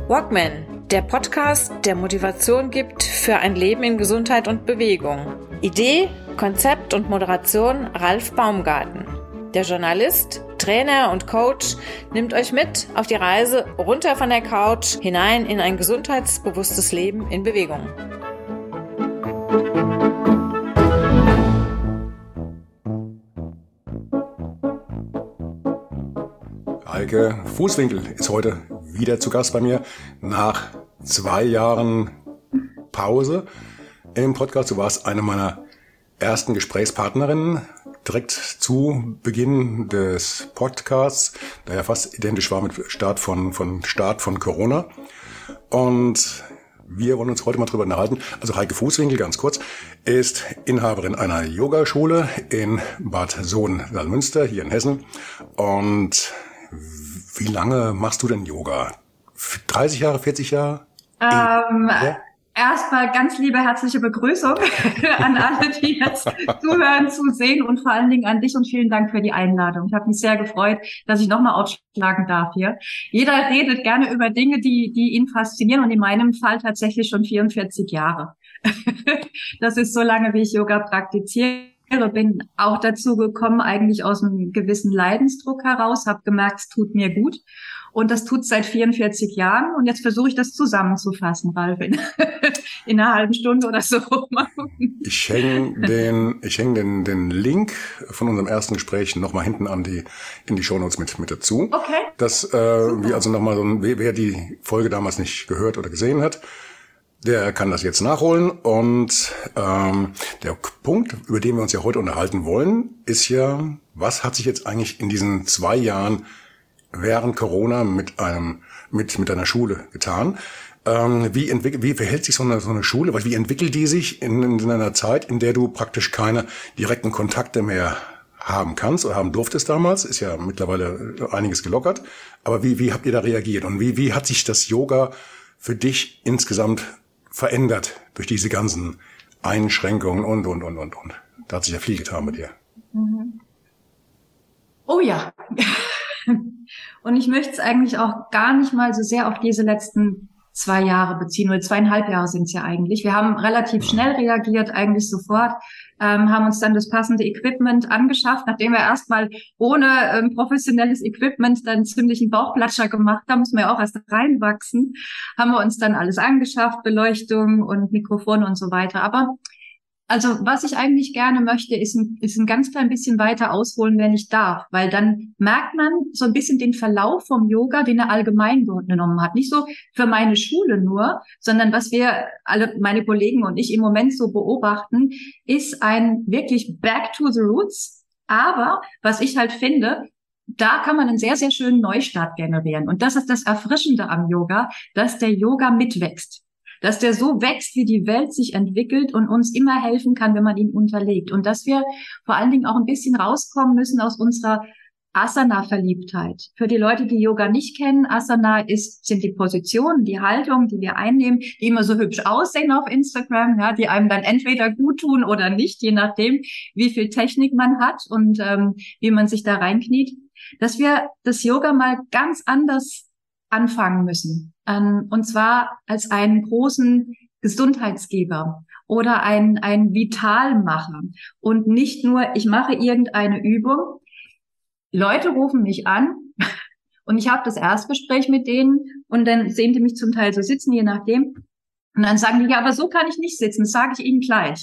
Walkman, der Podcast, der Motivation gibt für ein Leben in Gesundheit und Bewegung. Idee, Konzept und Moderation Ralf Baumgarten. Der Journalist, Trainer und Coach nimmt euch mit auf die Reise runter von der Couch hinein in ein gesundheitsbewusstes Leben in Bewegung. Heike Fußwinkel ist heute wieder zu Gast bei mir nach 2 Jahren Pause im Podcast. Du warst eine meiner ersten Gesprächspartnerinnen direkt zu Beginn des Podcasts, der ja fast identisch war mit Start von Corona. Und wir wollen uns heute mal drüber unterhalten. Also Heike Fußwinkel, ganz kurz, ist Inhaberin einer Yogaschule in Bad Sohn-Salmünster hier in Hessen. Und wie lange machst du denn Yoga? 30 Jahre, 40 Jahre? Erstmal ganz liebe herzliche Begrüßung an alle, die jetzt zuhören, zusehen und vor allen Dingen an dich und vielen Dank für die Einladung. Ich habe mich sehr gefreut, dass ich nochmal aufschlagen darf hier. Jeder redet gerne über Dinge, die ihn faszinieren und in meinem Fall tatsächlich schon 44 Jahre. Das ist so lange, wie ich Yoga praktiziere. Bin auch dazu gekommen, eigentlich aus einem gewissen Leidensdruck heraus, habe gemerkt, es tut mir gut. Und das tut seit 44 Jahren. Und jetzt versuche ich das zusammenzufassen, Ralf, in einer halben Stunde oder so. Ich hänge den Link von unserem ersten Gespräch nochmal hinten in die Shownotes mit dazu. Okay. Dass wir also nochmal wer die Folge damals nicht gehört oder gesehen hat, der kann das jetzt nachholen. Und der Punkt, über den wir uns ja heute unterhalten wollen, ist ja, was hat sich jetzt eigentlich in diesen 2 Jahren während Corona mit einer Schule getan? Wie verhält sich so eine Schule? Wie entwickelt die sich in einer Zeit, in der du praktisch keine direkten Kontakte mehr haben kannst oder haben durftest damals? Ist ja mittlerweile einiges gelockert. Aber wie habt ihr da reagiert? Und wie hat sich das Yoga für dich insgesamt verändert durch diese ganzen Einschränkungen und. Da hat sich ja viel getan bei dir. Oh ja. Und ich möchte es eigentlich auch gar nicht mal so sehr auf diese letzten 2 Jahre beziehen, oder 2,5 Jahre sind es ja eigentlich. Wir haben relativ schnell reagiert, eigentlich sofort, haben uns dann das passende Equipment angeschafft, nachdem wir erstmal ohne professionelles Equipment dann ziemlich einen Bauchplatscher gemacht haben, muss man ja auch erst reinwachsen, haben wir uns dann alles angeschafft, Beleuchtung und Mikrofone und so weiter. Aber also was ich eigentlich gerne möchte, ist ein ganz klein bisschen weiter ausholen, wenn ich darf, weil dann merkt man so ein bisschen den Verlauf vom Yoga, den er allgemein genommen hat. Nicht so für meine Schule nur, sondern was wir alle, meine Kollegen und ich im Moment so beobachten, ist ein wirklich Back to the Roots. Aber was ich halt finde, da kann man einen sehr, sehr schönen Neustart generieren. Und das ist das Erfrischende am Yoga, dass der Yoga mitwächst. Dass der so wächst, wie die Welt sich entwickelt und uns immer helfen kann, wenn man ihn unterlegt. Und dass wir vor allen Dingen auch ein bisschen rauskommen müssen aus unserer Asana-Verliebtheit. Für die Leute, die Yoga nicht kennen, Asana sind die Positionen, die Haltung, die wir einnehmen, die immer so hübsch aussehen auf Instagram, ja, die einem dann entweder gut tun oder nicht, je nachdem, wie viel Technik man hat und wie man sich da reinkniet. Dass wir das Yoga mal ganz anders anfangen müssen. Und zwar als einen großen Gesundheitsgeber oder ein Vitalmacher und nicht nur, ich mache irgendeine Übung. Leute rufen mich an und ich habe das Erstgespräch mit denen und dann sehen die mich zum Teil so sitzen, je nachdem. Und dann sagen die, ja, aber so kann ich nicht sitzen, das sage ich Ihnen gleich.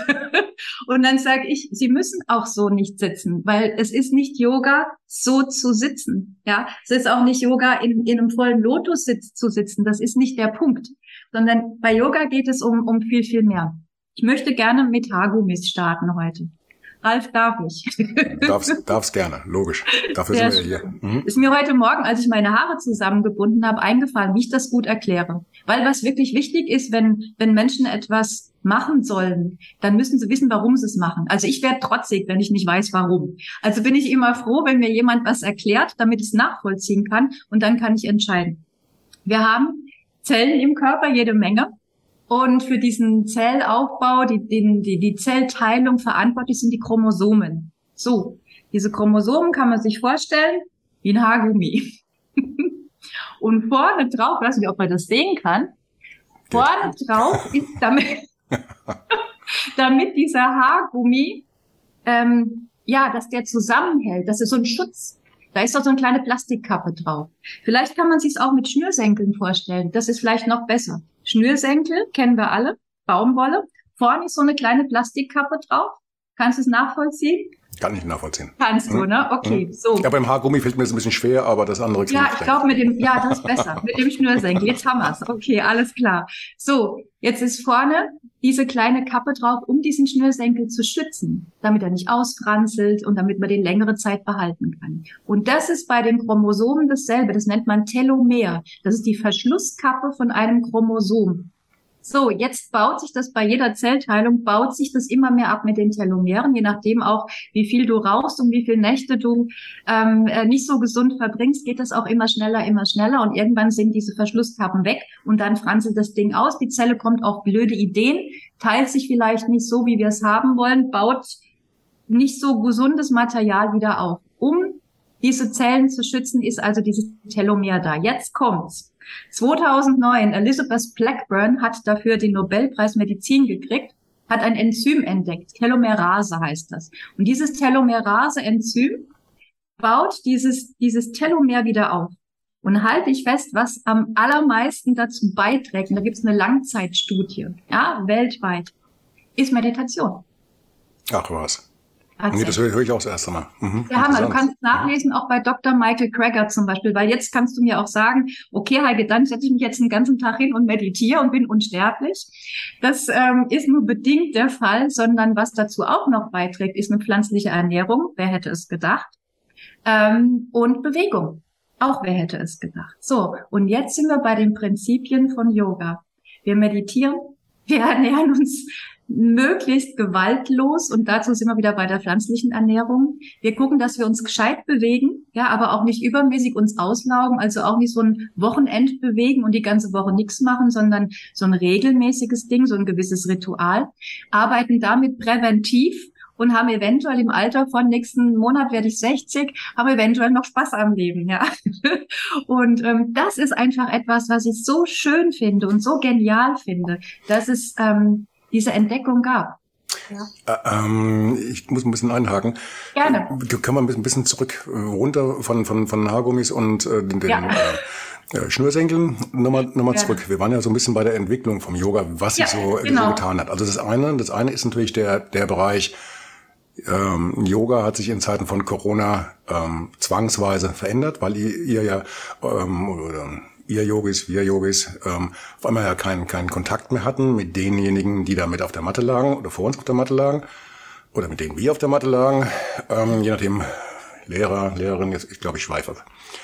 Und dann sage ich, Sie müssen auch so nicht sitzen, weil es ist nicht Yoga, so zu sitzen. Ja, es ist auch nicht Yoga, in einem vollen Lotussitz zu sitzen. Das ist nicht der Punkt, sondern bei Yoga geht es um viel, viel mehr. Ich möchte gerne mit Haargummis starten heute. Ralf, darf ich? Darf's gerne, logisch. Dafür sind wir hier. Ist mir heute Morgen, als ich meine Haare zusammengebunden habe, eingefallen, wie ich das gut erkläre. Weil was wirklich wichtig ist, wenn Menschen etwas machen sollen, dann müssen sie wissen, warum sie es machen. Also ich werde trotzig, wenn ich nicht weiß, warum. Also bin ich immer froh, wenn mir jemand was erklärt, damit ich es nachvollziehen kann und dann kann ich entscheiden. Wir haben Zellen im Körper, jede Menge. Und für diesen Zellaufbau, die Zellteilung verantwortlich sind die Chromosomen. So, diese Chromosomen kann man sich vorstellen wie ein Haargummi. Und vorne drauf, ich weiß nicht, ob man das sehen kann, vorne drauf ist damit dieser Haargummi, dass der zusammenhält, das ist so ein Schutz. Da ist doch so eine kleine Plastikkappe drauf. Vielleicht kann man sich's auch mit Schnürsenkeln vorstellen. Das ist vielleicht noch besser. Schnürsenkel kennen wir alle, Baumwolle. Vorne ist so eine kleine Plastikkappe drauf. Kannst du es nachvollziehen? Kann ich nachvollziehen. Kannst du, ne? Okay, so. Ja, beim Haargummi fällt mir das ein bisschen schwer, aber das andere klingt. Ja, ich glaube das ist besser. Mit dem Schnürsenkel. Jetzt haben wir's. Okay, alles klar. So, jetzt ist vorne diese kleine Kappe drauf, um diesen Schnürsenkel zu schützen, damit er nicht ausfranzelt und damit man den längere Zeit behalten kann. Und das ist bei den Chromosomen dasselbe. Das nennt man Telomer. Das ist die Verschlusskappe von einem Chromosom. So, jetzt baut sich das bei jeder Zellteilung, baut sich das immer mehr ab mit den Telomeren, je nachdem auch, wie viel du rauchst und wie viele Nächte du nicht so gesund verbringst, geht das auch immer schneller und irgendwann sind diese Verschlusskappen weg und dann franzelt das Ding aus. Die Zelle kommt auf blöde Ideen, teilt sich vielleicht nicht so, wie wir es haben wollen, baut nicht so gesundes Material wieder auf. Um diese Zellen zu schützen, ist also dieses Telomer da. Jetzt kommt's. 2009, Elizabeth Blackburn hat dafür den Nobelpreis Medizin gekriegt, hat ein Enzym entdeckt. Telomerase heißt das. Und dieses Telomerase-Enzym baut dieses Telomer wieder auf. Und halte ich fest, was am allermeisten dazu beiträgt, und da gibt es eine Langzeitstudie, ja, weltweit, ist Meditation. Ach was. Nee, das höre ich auch das erste Mal. Ja, Hammer. Du kannst nachlesen, auch bei Dr. Michael Greger zum Beispiel, weil jetzt kannst du mir auch sagen, okay, Heike, dann setze ich mich jetzt den ganzen Tag hin und meditiere und bin unsterblich. Das ist nur bedingt der Fall, sondern was dazu auch noch beiträgt, ist eine pflanzliche Ernährung. Wer hätte es gedacht? Und Bewegung. Auch wer hätte es gedacht? So, und jetzt sind wir bei den Prinzipien von Yoga. Wir meditieren, wir ernähren uns möglichst gewaltlos und dazu sind wir wieder bei der pflanzlichen Ernährung. Wir gucken, dass wir uns gescheit bewegen, ja, aber auch nicht übermäßig uns auslaugen, also auch nicht so ein Wochenend bewegen und die ganze Woche nichts machen, sondern so ein regelmäßiges Ding, so ein gewisses Ritual. Arbeiten damit präventiv und haben eventuell im Alter von nächsten Monat werde ich 60, haben eventuell noch Spaß am Leben, ja. Und das ist einfach etwas, was ich so schön finde und so genial finde, dass es diese Entdeckung gab. Ja. Ich muss ein bisschen einhaken. Gerne. Können wir ein bisschen zurück runter von Haargummis und den Schnürsenkeln nochmal zurück. Wir waren ja so ein bisschen bei der Entwicklung vom Yoga, was sich so getan hat. Also das eine ist natürlich der Bereich Yoga hat sich in Zeiten von Corona zwangsweise verändert, weil ihr ja ihr Yogis, wir Yogis, auf einmal ja keinen Kontakt mehr hatten mit denjenigen, die da mit auf der Matte lagen oder vor uns auf der Matte lagen oder mit denen wir auf der Matte lagen, je nachdem Lehrer, Lehrerin, jetzt ich glaube ich schweife.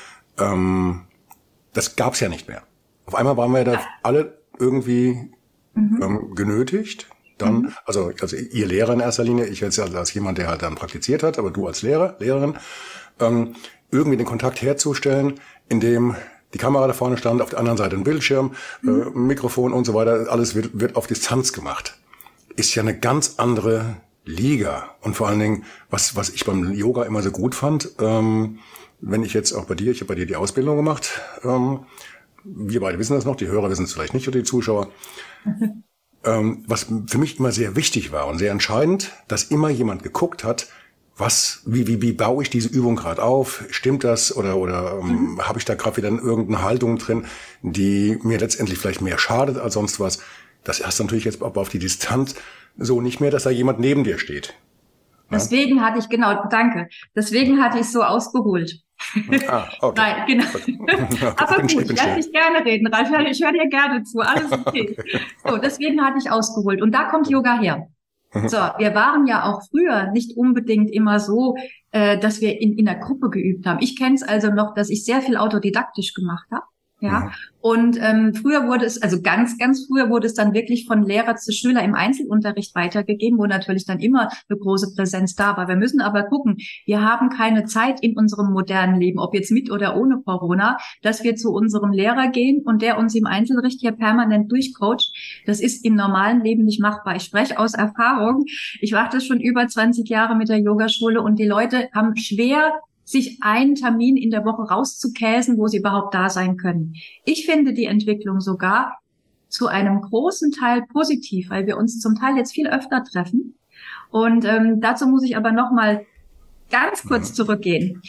Das gab's ja nicht mehr. Auf einmal waren wir da alle irgendwie genötigt, dann, also ihr Lehrer in erster Linie, ich jetzt als jemand, der halt dann praktiziert hat, aber du als Lehrerin, irgendwie den Kontakt herzustellen, indem die Kamera da vorne stand, auf der anderen Seite ein Bildschirm, Mikrofon und so weiter, alles wird auf Distanz gemacht. Ist ja eine ganz andere Liga. Und vor allen Dingen, was ich beim Yoga immer so gut fand, wenn ich jetzt auch bei dir, ich habe bei dir die Ausbildung gemacht, wir beide wissen das noch, die Hörer wissen es vielleicht nicht oder die Zuschauer, was für mich immer sehr wichtig war und sehr entscheidend, dass immer jemand geguckt hat, wie baue ich diese Übung gerade auf? Stimmt das? Oder habe ich da gerade wieder irgendeine Haltung drin, die mir letztendlich vielleicht mehr schadet als sonst was? Das hast du natürlich jetzt aber auf die Distanz so nicht mehr, dass da jemand neben dir steht. Ja? Deswegen hatte ich so ausgeholt. Okay. Nein, genau. Aber gut, ich lasse dich gerne reden, Ralf. Ich höre dir gerne zu. Alles okay. So, deswegen hatte ich ausgeholt. Und da kommt Yoga her. So, wir waren ja auch früher nicht unbedingt immer so, dass wir in der Gruppe geübt haben. Ich kenne es also noch, dass ich sehr viel autodidaktisch gemacht habe. Ja, und früher wurde es, also ganz früher wurde es dann wirklich von Lehrer zu Schüler im Einzelunterricht weitergegeben, wo natürlich dann immer eine große Präsenz da war. Wir müssen aber gucken, wir haben keine Zeit in unserem modernen Leben, ob jetzt mit oder ohne Corona, dass wir zu unserem Lehrer gehen und der uns im Einzelunterricht hier permanent durchcoacht. Das ist im normalen Leben nicht machbar. Ich spreche aus Erfahrung. Ich mache das schon über 20 Jahre mit der Yogaschule und die Leute haben schwer sich einen Termin in der Woche rauszukäsen, wo sie überhaupt da sein können. Ich finde die Entwicklung sogar zu einem großen Teil positiv, weil wir uns zum Teil jetzt viel öfter treffen. Und dazu muss ich aber noch mal ganz kurz zurückgehen.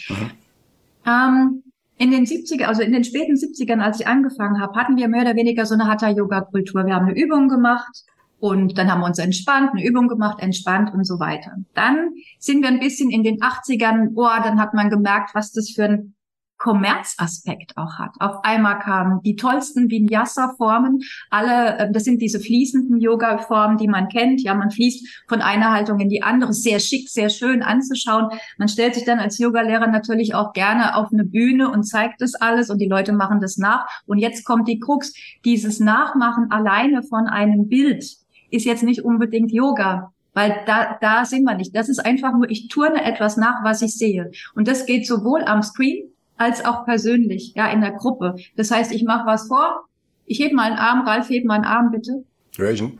In den 70er, also in den späten 70ern, als ich angefangen habe, hatten wir mehr oder weniger so eine Hatha-Yoga-Kultur. Wir haben eine Übung gemacht und dann haben wir uns entspannt, eine Übung gemacht, entspannt und so weiter. Dann sind wir ein bisschen in den 80ern, dann hat man gemerkt, was das für ein Kommerzaspekt auch hat. Auf einmal kamen die tollsten Vinyasa-Formen, das sind diese fließenden Yoga-Formen, die man kennt. Ja, man fließt von einer Haltung in die andere, sehr schick, sehr schön anzuschauen. Man stellt sich dann als Yogalehrer natürlich auch gerne auf eine Bühne und zeigt das alles und die Leute machen das nach. Und jetzt kommt die Krux, dieses Nachmachen alleine von einem Bild ist jetzt nicht unbedingt Yoga. Weil da sind wir nicht. Das ist einfach nur, ich turne etwas nach, was ich sehe. Und das geht sowohl am Screen als auch persönlich, ja, in der Gruppe. Das heißt, ich mache was vor, ich hebe mal einen Arm, Ralf, heb mal einen Arm, bitte. Welchen?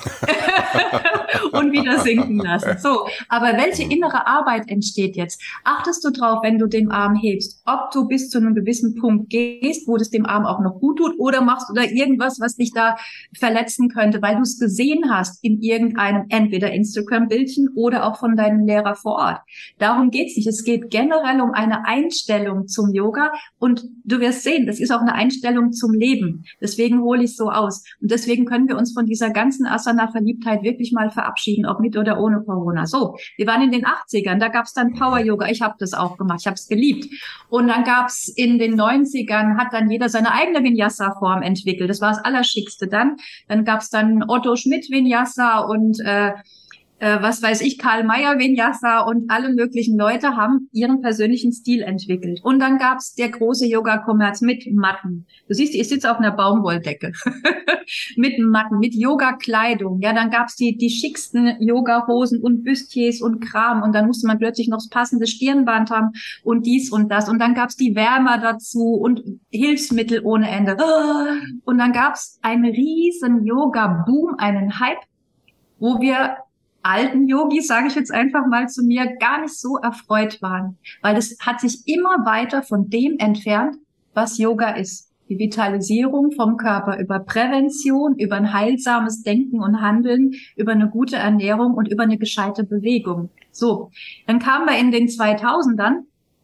Und wieder sinken lassen. So, aber welche innere Arbeit entsteht jetzt? Achtest du drauf, wenn du den Arm hebst, ob du bis zu einem gewissen Punkt gehst, wo das dem Arm auch noch gut tut, oder machst du da irgendwas, was dich da verletzen könnte, weil du es gesehen hast in irgendeinem entweder Instagram-Bildchen oder auch von deinem Lehrer vor Ort. Darum geht's nicht. Es geht generell um eine Einstellung zum Yoga und du wirst sehen, das ist auch eine Einstellung zum Leben. Deswegen hole ich es so aus. Und deswegen können wir uns von dieser ganzen Asana-Verliebtheit wirklich mal verabschieden, ob mit oder ohne Corona. So, wir waren in den 80ern, da gab es dann Power-Yoga, ich habe das auch gemacht, ich habe es geliebt. Und dann gab es in den 90ern, hat dann jeder seine eigene Vinyasa-Form entwickelt, das war das Allerschickste dann. Dann gab es dann Otto Schmidt Vinyasa und was weiß ich, Karl Mayer Vinyasa und alle möglichen Leute haben ihren persönlichen Stil entwickelt. Und dann gab's der große Yoga-Kommerz mit Matten. Du siehst, ich sitze auf einer Baumwolldecke. Mit Matten, mit Yoga-Kleidung. Ja, dann gab's die schicksten Yoga-Hosen und Bustiers und Kram. Und dann musste man plötzlich noch das passende Stirnband haben und dies und das. Und dann gab's die Wärmer dazu und Hilfsmittel ohne Ende. Und dann gab's einen riesen Yoga-Boom, einen Hype, wo wir alten Yogis, sage ich jetzt einfach mal zu mir, gar nicht so erfreut waren. Weil das hat sich immer weiter von dem entfernt, was Yoga ist. Die Vitalisierung vom Körper über Prävention, über ein heilsames Denken und Handeln, über eine gute Ernährung und über eine gescheite Bewegung. So, dann kamen wir in den 2000ern,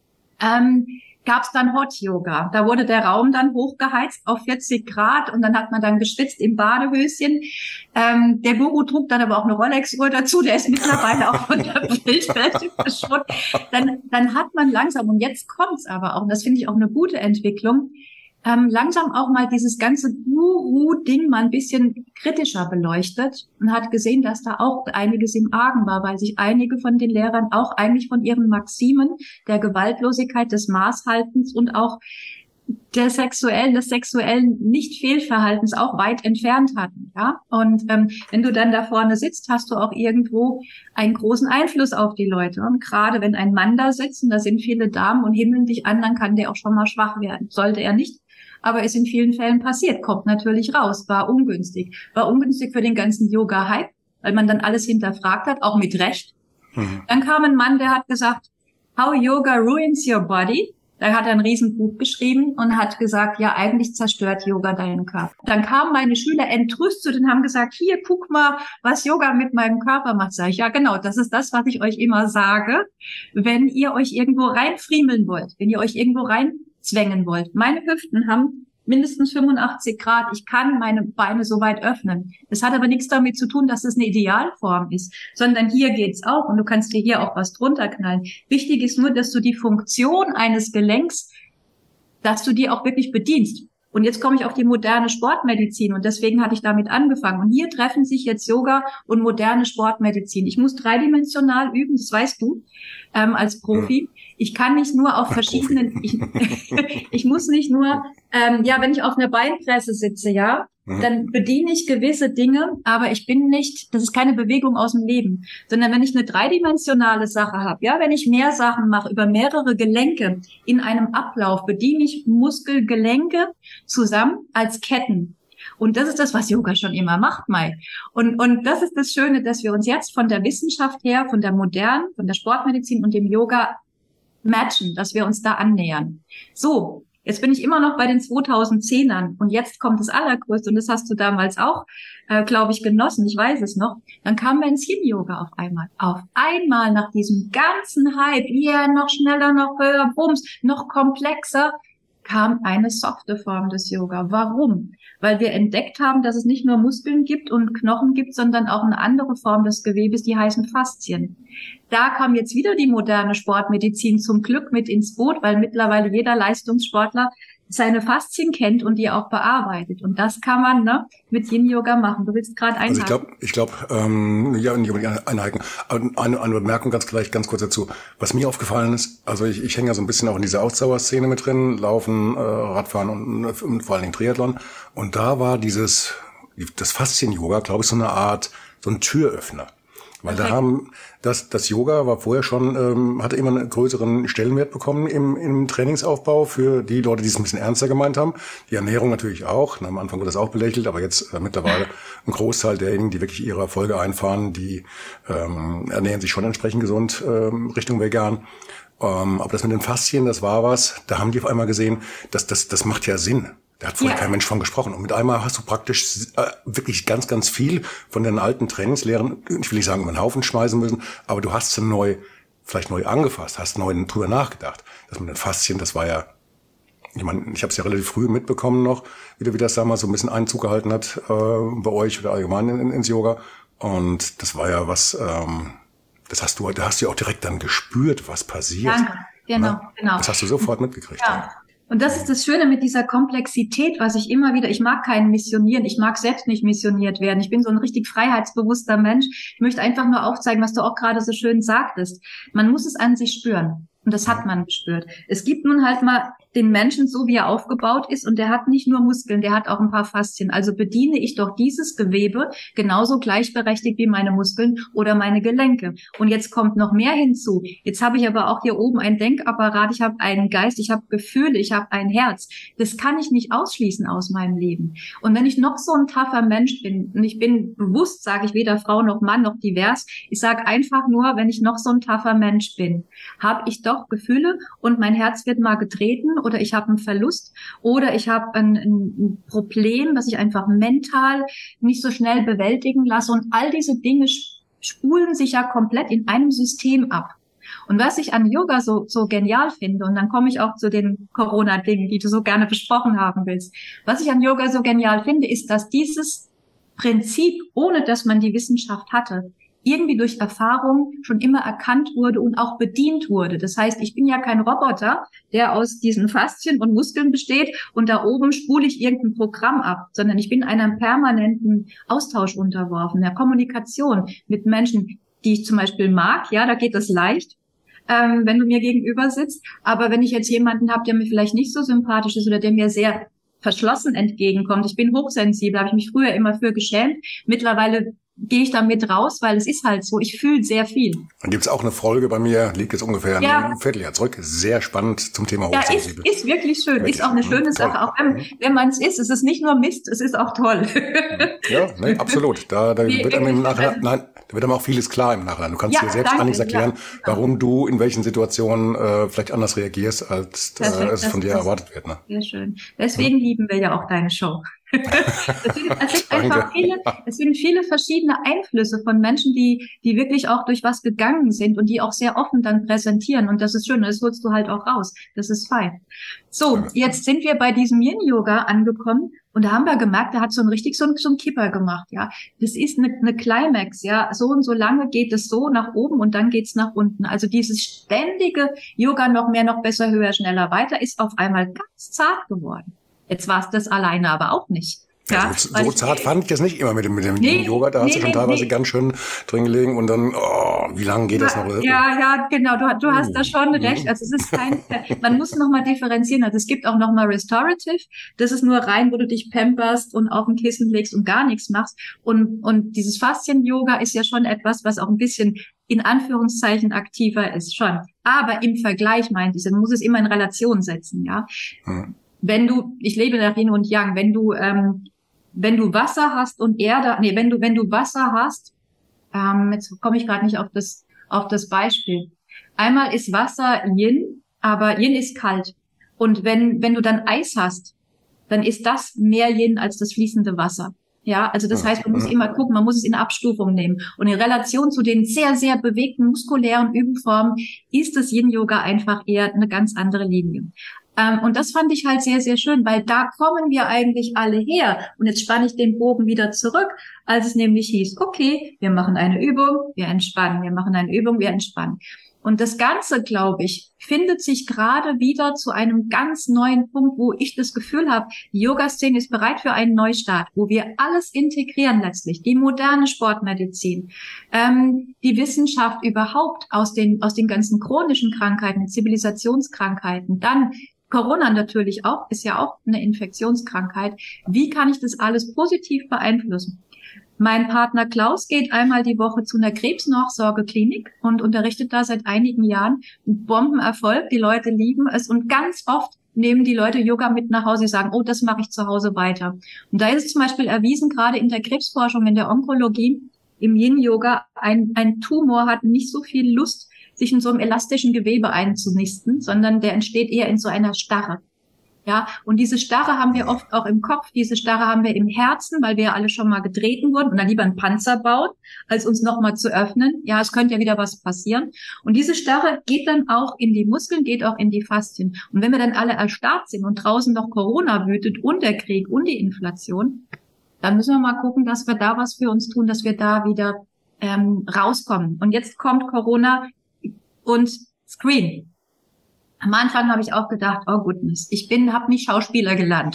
gab es dann Hot Yoga. Da wurde der Raum dann hochgeheizt auf 40 Grad und dann hat man dann geschwitzt im Badehöschen. Der Guru trug dann aber auch eine Rolex-Uhr dazu, der ist mittlerweile auch von der Bildwelt verschwunden. Dann hat man langsam, und jetzt kommt's aber auch, und das finde ich auch eine gute Entwicklung, langsam auch mal dieses ganze Guru-Ding mal ein bisschen kritischer beleuchtet und hat gesehen, dass da auch einiges im Argen war, weil sich einige von den Lehrern auch eigentlich von ihren Maximen der Gewaltlosigkeit, des Maßhaltens und auch des sexuellen Nicht-Fehlverhaltens auch weit entfernt hatten, ja. Und wenn du dann da vorne sitzt, hast du auch irgendwo einen großen Einfluss auf die Leute. Und gerade wenn ein Mann da sitzt und da sind viele Damen und himmeln dich an, dann kann der auch schon mal schwach werden. Sollte er nicht. Aber ist in vielen Fällen passiert, kommt natürlich raus, war ungünstig für den ganzen Yoga-Hype, weil man dann alles hinterfragt hat, auch mit Recht. Dann kam ein Mann, der hat gesagt, How Yoga Ruins Your Body. Da hat er ein Riesenbuch geschrieben und hat gesagt, ja, eigentlich zerstört Yoga deinen Körper. Dann kamen meine Schüler entrüstet und haben gesagt, hier, guck mal, was Yoga mit meinem Körper macht. Sag ich, ja, genau, das ist das, was ich euch immer sage, wenn ihr euch irgendwo reinfriemeln wollt, wenn ihr euch irgendwo reinzwängen wollt. Meine Hüften haben mindestens 85 Grad. Ich kann meine Beine so weit öffnen. Das hat aber nichts damit zu tun, dass es eine Idealform ist, sondern hier geht's auch und du kannst dir hier auch was drunter knallen. Wichtig ist nur, dass du die Funktion eines Gelenks, dass du die auch wirklich bedienst. Und jetzt komme ich auf die moderne Sportmedizin und deswegen hatte ich damit angefangen. Und hier treffen sich jetzt Yoga und moderne Sportmedizin. Ich muss dreidimensional üben, das weißt du, als Profi. Ich kann nicht nur auf verschiedenen, ich muss nicht nur, wenn ich auf einer Beinpresse sitze, ja, dann bediene ich gewisse Dinge, aber ich bin nicht, das ist keine Bewegung aus dem Leben, sondern wenn ich eine dreidimensionale Sache habe, ja, wenn ich mehr Sachen mache über mehrere Gelenke in einem Ablauf, bediene ich Muskelgelenke zusammen als Ketten. Und das ist das, was Yoga schon immer macht, Mai. Und das ist das Schöne, dass wir uns jetzt von der Wissenschaft her, von der modernen, von der Sportmedizin und dem Yoga matchen, dass wir uns da annähern. So, jetzt bin ich immer noch bei den 2010ern und jetzt kommt das Allergrößte und das hast du damals auch, glaube ich, genossen, ich weiß es noch. Dann kamen wir ins Yin-Yoga auf einmal. Auf einmal nach diesem ganzen Hype, noch schneller, noch höher, bums, noch komplexer, kam eine softe Form des Yoga. Warum? Weil wir entdeckt haben, dass es nicht nur Muskeln gibt und Knochen gibt, sondern auch eine andere Form des Gewebes, die heißen Faszien. Da kam jetzt wieder die moderne Sportmedizin zum Glück mit ins Boot, weil mittlerweile jeder Leistungssportler seine Faszien kennt und die auch bearbeitet. Und das kann man mit Yin-Yoga machen. Du willst gerade einhaken. Also ich glaube, ja, nicht unbedingt einhaken. Aber eine Bemerkung ganz kurz dazu. Was mir aufgefallen ist, also ich hänge ja so ein bisschen auch in dieser Ausdauerszene mit drin, Laufen, Radfahren und vor allen Dingen Triathlon. Und da war das Faszien-Yoga, glaube ich, so eine Art, so ein Türöffner. Weil das Yoga war vorher schon, hatte immer einen größeren Stellenwert bekommen im Trainingsaufbau für die Leute, die es ein bisschen ernster gemeint haben. Die Ernährung natürlich auch. Am Anfang wurde das auch belächelt, aber jetzt mittlerweile ein Großteil derjenigen, die wirklich ihre Erfolge einfahren, die ernähren sich schon entsprechend gesund Richtung vegan. Aber das mit den Faszien, das war was. Da haben die auf einmal gesehen, das macht ja Sinn. Da hat vorher kein Mensch von gesprochen. Und mit einmal hast du praktisch wirklich ganz, ganz viel von den alten Trainingslehren, ich will nicht sagen, über den Haufen schmeißen müssen, aber du hast sie vielleicht neu angefasst, hast neu drüber nachgedacht. Das mit den Faszien, das war ja, ich meine, ich habe es ja relativ früh mitbekommen noch, wie das damals so ein bisschen Einzug gehalten hat bei euch oder allgemein ins Yoga. Und das war ja was, da hast du ja auch direkt dann gespürt, was passiert. Danke, genau. Das hast du sofort mitgekriegt. Ja. Und das ist das Schöne mit dieser Komplexität, was ich immer wieder, ich mag keinen missionieren, ich mag selbst nicht missioniert werden. Ich bin so ein richtig freiheitsbewusster Mensch. Ich möchte einfach nur aufzeigen, was du auch gerade so schön sagtest. Man muss es an sich spüren. Und das hat man gespürt. Es gibt nun halt mal den Menschen so, wie er aufgebaut ist, und der hat nicht nur Muskeln, der hat auch ein paar Faszien. Also bediene ich doch dieses Gewebe genauso gleichberechtigt wie meine Muskeln oder meine Gelenke. Und jetzt kommt noch mehr hinzu. Jetzt habe ich aber auch hier oben einen Denkapparat, ich habe einen Geist, ich habe Gefühle, ich habe ein Herz. Das kann ich nicht ausschließen aus meinem Leben. Und wenn ich noch so ein tougher Mensch bin, und ich bin bewusst, sage ich weder Frau noch Mann noch divers, ich sage einfach nur, wenn ich noch so ein tougher Mensch bin, habe ich doch Gefühle und mein Herz wird mal getreten oder ich habe einen Verlust oder ich habe ein Problem, das ich einfach mental nicht so schnell bewältigen lasse, und all diese Dinge spulen sich ja komplett in einem System ab. Und was ich an Yoga so genial finde, und dann komme ich auch zu den Corona-Dingen, die du so gerne besprochen haben willst, was ich an Yoga so genial finde, ist, dass dieses Prinzip, ohne dass man die Wissenschaft hatte, irgendwie durch Erfahrung schon immer erkannt wurde und auch bedient wurde. Das heißt, ich bin ja kein Roboter, der aus diesen Faszien und Muskeln besteht und da oben spule ich irgendein Programm ab, sondern ich bin einem permanenten Austausch unterworfen, der Kommunikation mit Menschen, die ich zum Beispiel mag. Ja, da geht das leicht, wenn du mir gegenüber sitzt. Aber wenn ich jetzt jemanden habe, der mir vielleicht nicht so sympathisch ist oder der mir sehr verschlossen entgegenkommt, ich bin hochsensibel, habe ich mich früher immer für geschämt. Mittlerweile gehe ich damit raus, weil es ist halt so, ich fühle sehr viel. Dann gibt's auch eine Folge bei mir, liegt jetzt ungefähr ein Vierteljahr zurück, sehr spannend zum Thema Hochsensibel. Ja, ist wirklich schön, wirklich. Ist auch eine schöne Sache, auch wenn man es ist. Es ist nicht nur Mist, es ist auch toll. Ja, nee, absolut. Da wird einem im Nachhinein, da wird einem auch vieles klar im Nachhinein. Du kannst dir selbst einiges erklären, warum du in welchen Situationen vielleicht anders reagierst, als es von dir erwartet wird. Ne? Sehr schön. Deswegen lieben wir ja auch deine Show. Es sind viele verschiedene Einflüsse von Menschen, die wirklich auch durch was gegangen sind und die auch sehr offen dann präsentieren. Und das ist schön, das holst du halt auch raus. Das ist fein. So, jetzt sind wir bei diesem Yin-Yoga angekommen und da haben wir gemerkt, der hat so einen Kipper gemacht, ja. Das ist eine Climax, ja. So und so lange geht es so nach oben und dann geht's nach unten. Also dieses ständige Yoga noch mehr, noch besser, höher, schneller, weiter ist auf einmal ganz zart geworden. Jetzt war es das alleine aber auch nicht. Ja, so zart fand ich das nicht immer mit dem Yoga. Da hast du schon teilweise ganz schön drin gelegen und dann, wie lange geht das noch? Ja, genau. Du hast da schon recht. Also es ist man muss nochmal differenzieren. Also es gibt auch nochmal Restorative. Das ist nur rein, wo du dich pamperst und auf ein Kissen legst und gar nichts machst. Und dieses Faszien-Yoga ist ja schon etwas, was auch ein bisschen in Anführungszeichen aktiver ist, schon. Aber im Vergleich meinte ich, man muss es immer in Relation setzen, ja. Ich lebe nach Yin und Yang, wenn du Wasser hast und Erde, wenn du Wasser hast, jetzt komme ich gerade nicht auf das Beispiel. Einmal ist Wasser Yin aber Yin ist kalt. Und wenn du dann Eis hast, dann ist das mehr Yin als das fließende Wasser. Ja, also das heißt, man muss immer gucken, man muss es in Abstufung nehmen. Und in Relation zu den sehr, sehr bewegten muskulären Übungsformen ist das Yin-Yoga einfach eher eine ganz andere Linie. Und das fand ich halt sehr, sehr schön, weil da kommen wir eigentlich alle her. Und jetzt spanne ich den Bogen wieder zurück, als es nämlich hieß, okay, wir machen eine Übung, wir entspannen, wir machen eine Übung, wir entspannen. Und das Ganze, glaube ich, findet sich gerade wieder zu einem ganz neuen Punkt, wo ich das Gefühl habe, die Yoga-Szene ist bereit für einen Neustart, wo wir alles integrieren letztlich. Die moderne Sportmedizin, die Wissenschaft überhaupt aus den ganzen chronischen Krankheiten, Zivilisationskrankheiten, dann Corona natürlich auch, ist ja auch eine Infektionskrankheit. Wie kann ich das alles positiv beeinflussen? Mein Partner Klaus geht einmal die Woche zu einer Krebsnachsorgeklinik und unterrichtet da seit einigen Jahren. Ein Bombenerfolg, die Leute lieben es und ganz oft nehmen die Leute Yoga mit nach Hause, die sagen, oh, das mache ich zu Hause weiter. Und da ist es zum Beispiel erwiesen, gerade in der Krebsforschung, in der Onkologie, im Yin-Yoga, ein Tumor hat nicht so viel Lust, sich in so einem elastischen Gewebe einzunisten, sondern der entsteht eher in so einer Starre. Ja, und diese Starre haben wir oft auch im Kopf, diese Starre haben wir im Herzen, weil wir ja alle schon mal getreten wurden und dann lieber einen Panzer bauen, als uns nochmal zu öffnen. Ja, es könnte ja wieder was passieren. Und diese Starre geht dann auch in die Muskeln, geht auch in die Faszien. Und wenn wir dann alle erstarrt sind und draußen noch Corona wütet und der Krieg und die Inflation, dann müssen wir mal gucken, dass wir da was für uns tun, dass wir da wieder rauskommen. Und jetzt kommt Corona und Screen. Am Anfang habe ich auch gedacht, oh goodness, habe nicht Schauspieler gelernt.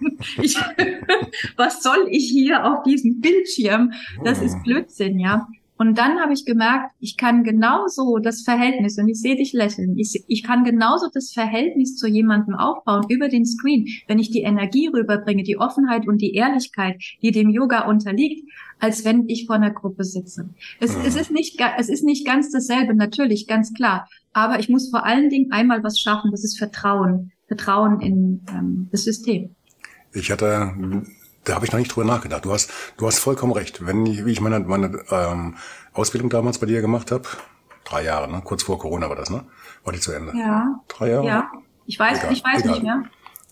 Was soll ich hier auf diesem Bildschirm? Das ist Blödsinn, ja. Und dann habe ich gemerkt, ich kann genauso das Verhältnis, und ich sehe dich lächeln, ich kann genauso das Verhältnis zu jemandem aufbauen über den Screen, wenn ich die Energie rüberbringe, die Offenheit und die Ehrlichkeit, die dem Yoga unterliegt, als wenn ich vor einer Gruppe sitze. Es ist nicht ganz dasselbe, natürlich, ganz klar. Aber ich muss vor allen Dingen einmal was schaffen, das ist Vertrauen in das System. Da habe ich noch nicht drüber nachgedacht. Du hast vollkommen recht. Wie ich meine Ausbildung damals bei dir gemacht habe, 3 Jahre, ne? Kurz vor Corona war das, ne? War die zu Ende? Ja. 3 Jahre? Ja. Ich weiß nicht mehr.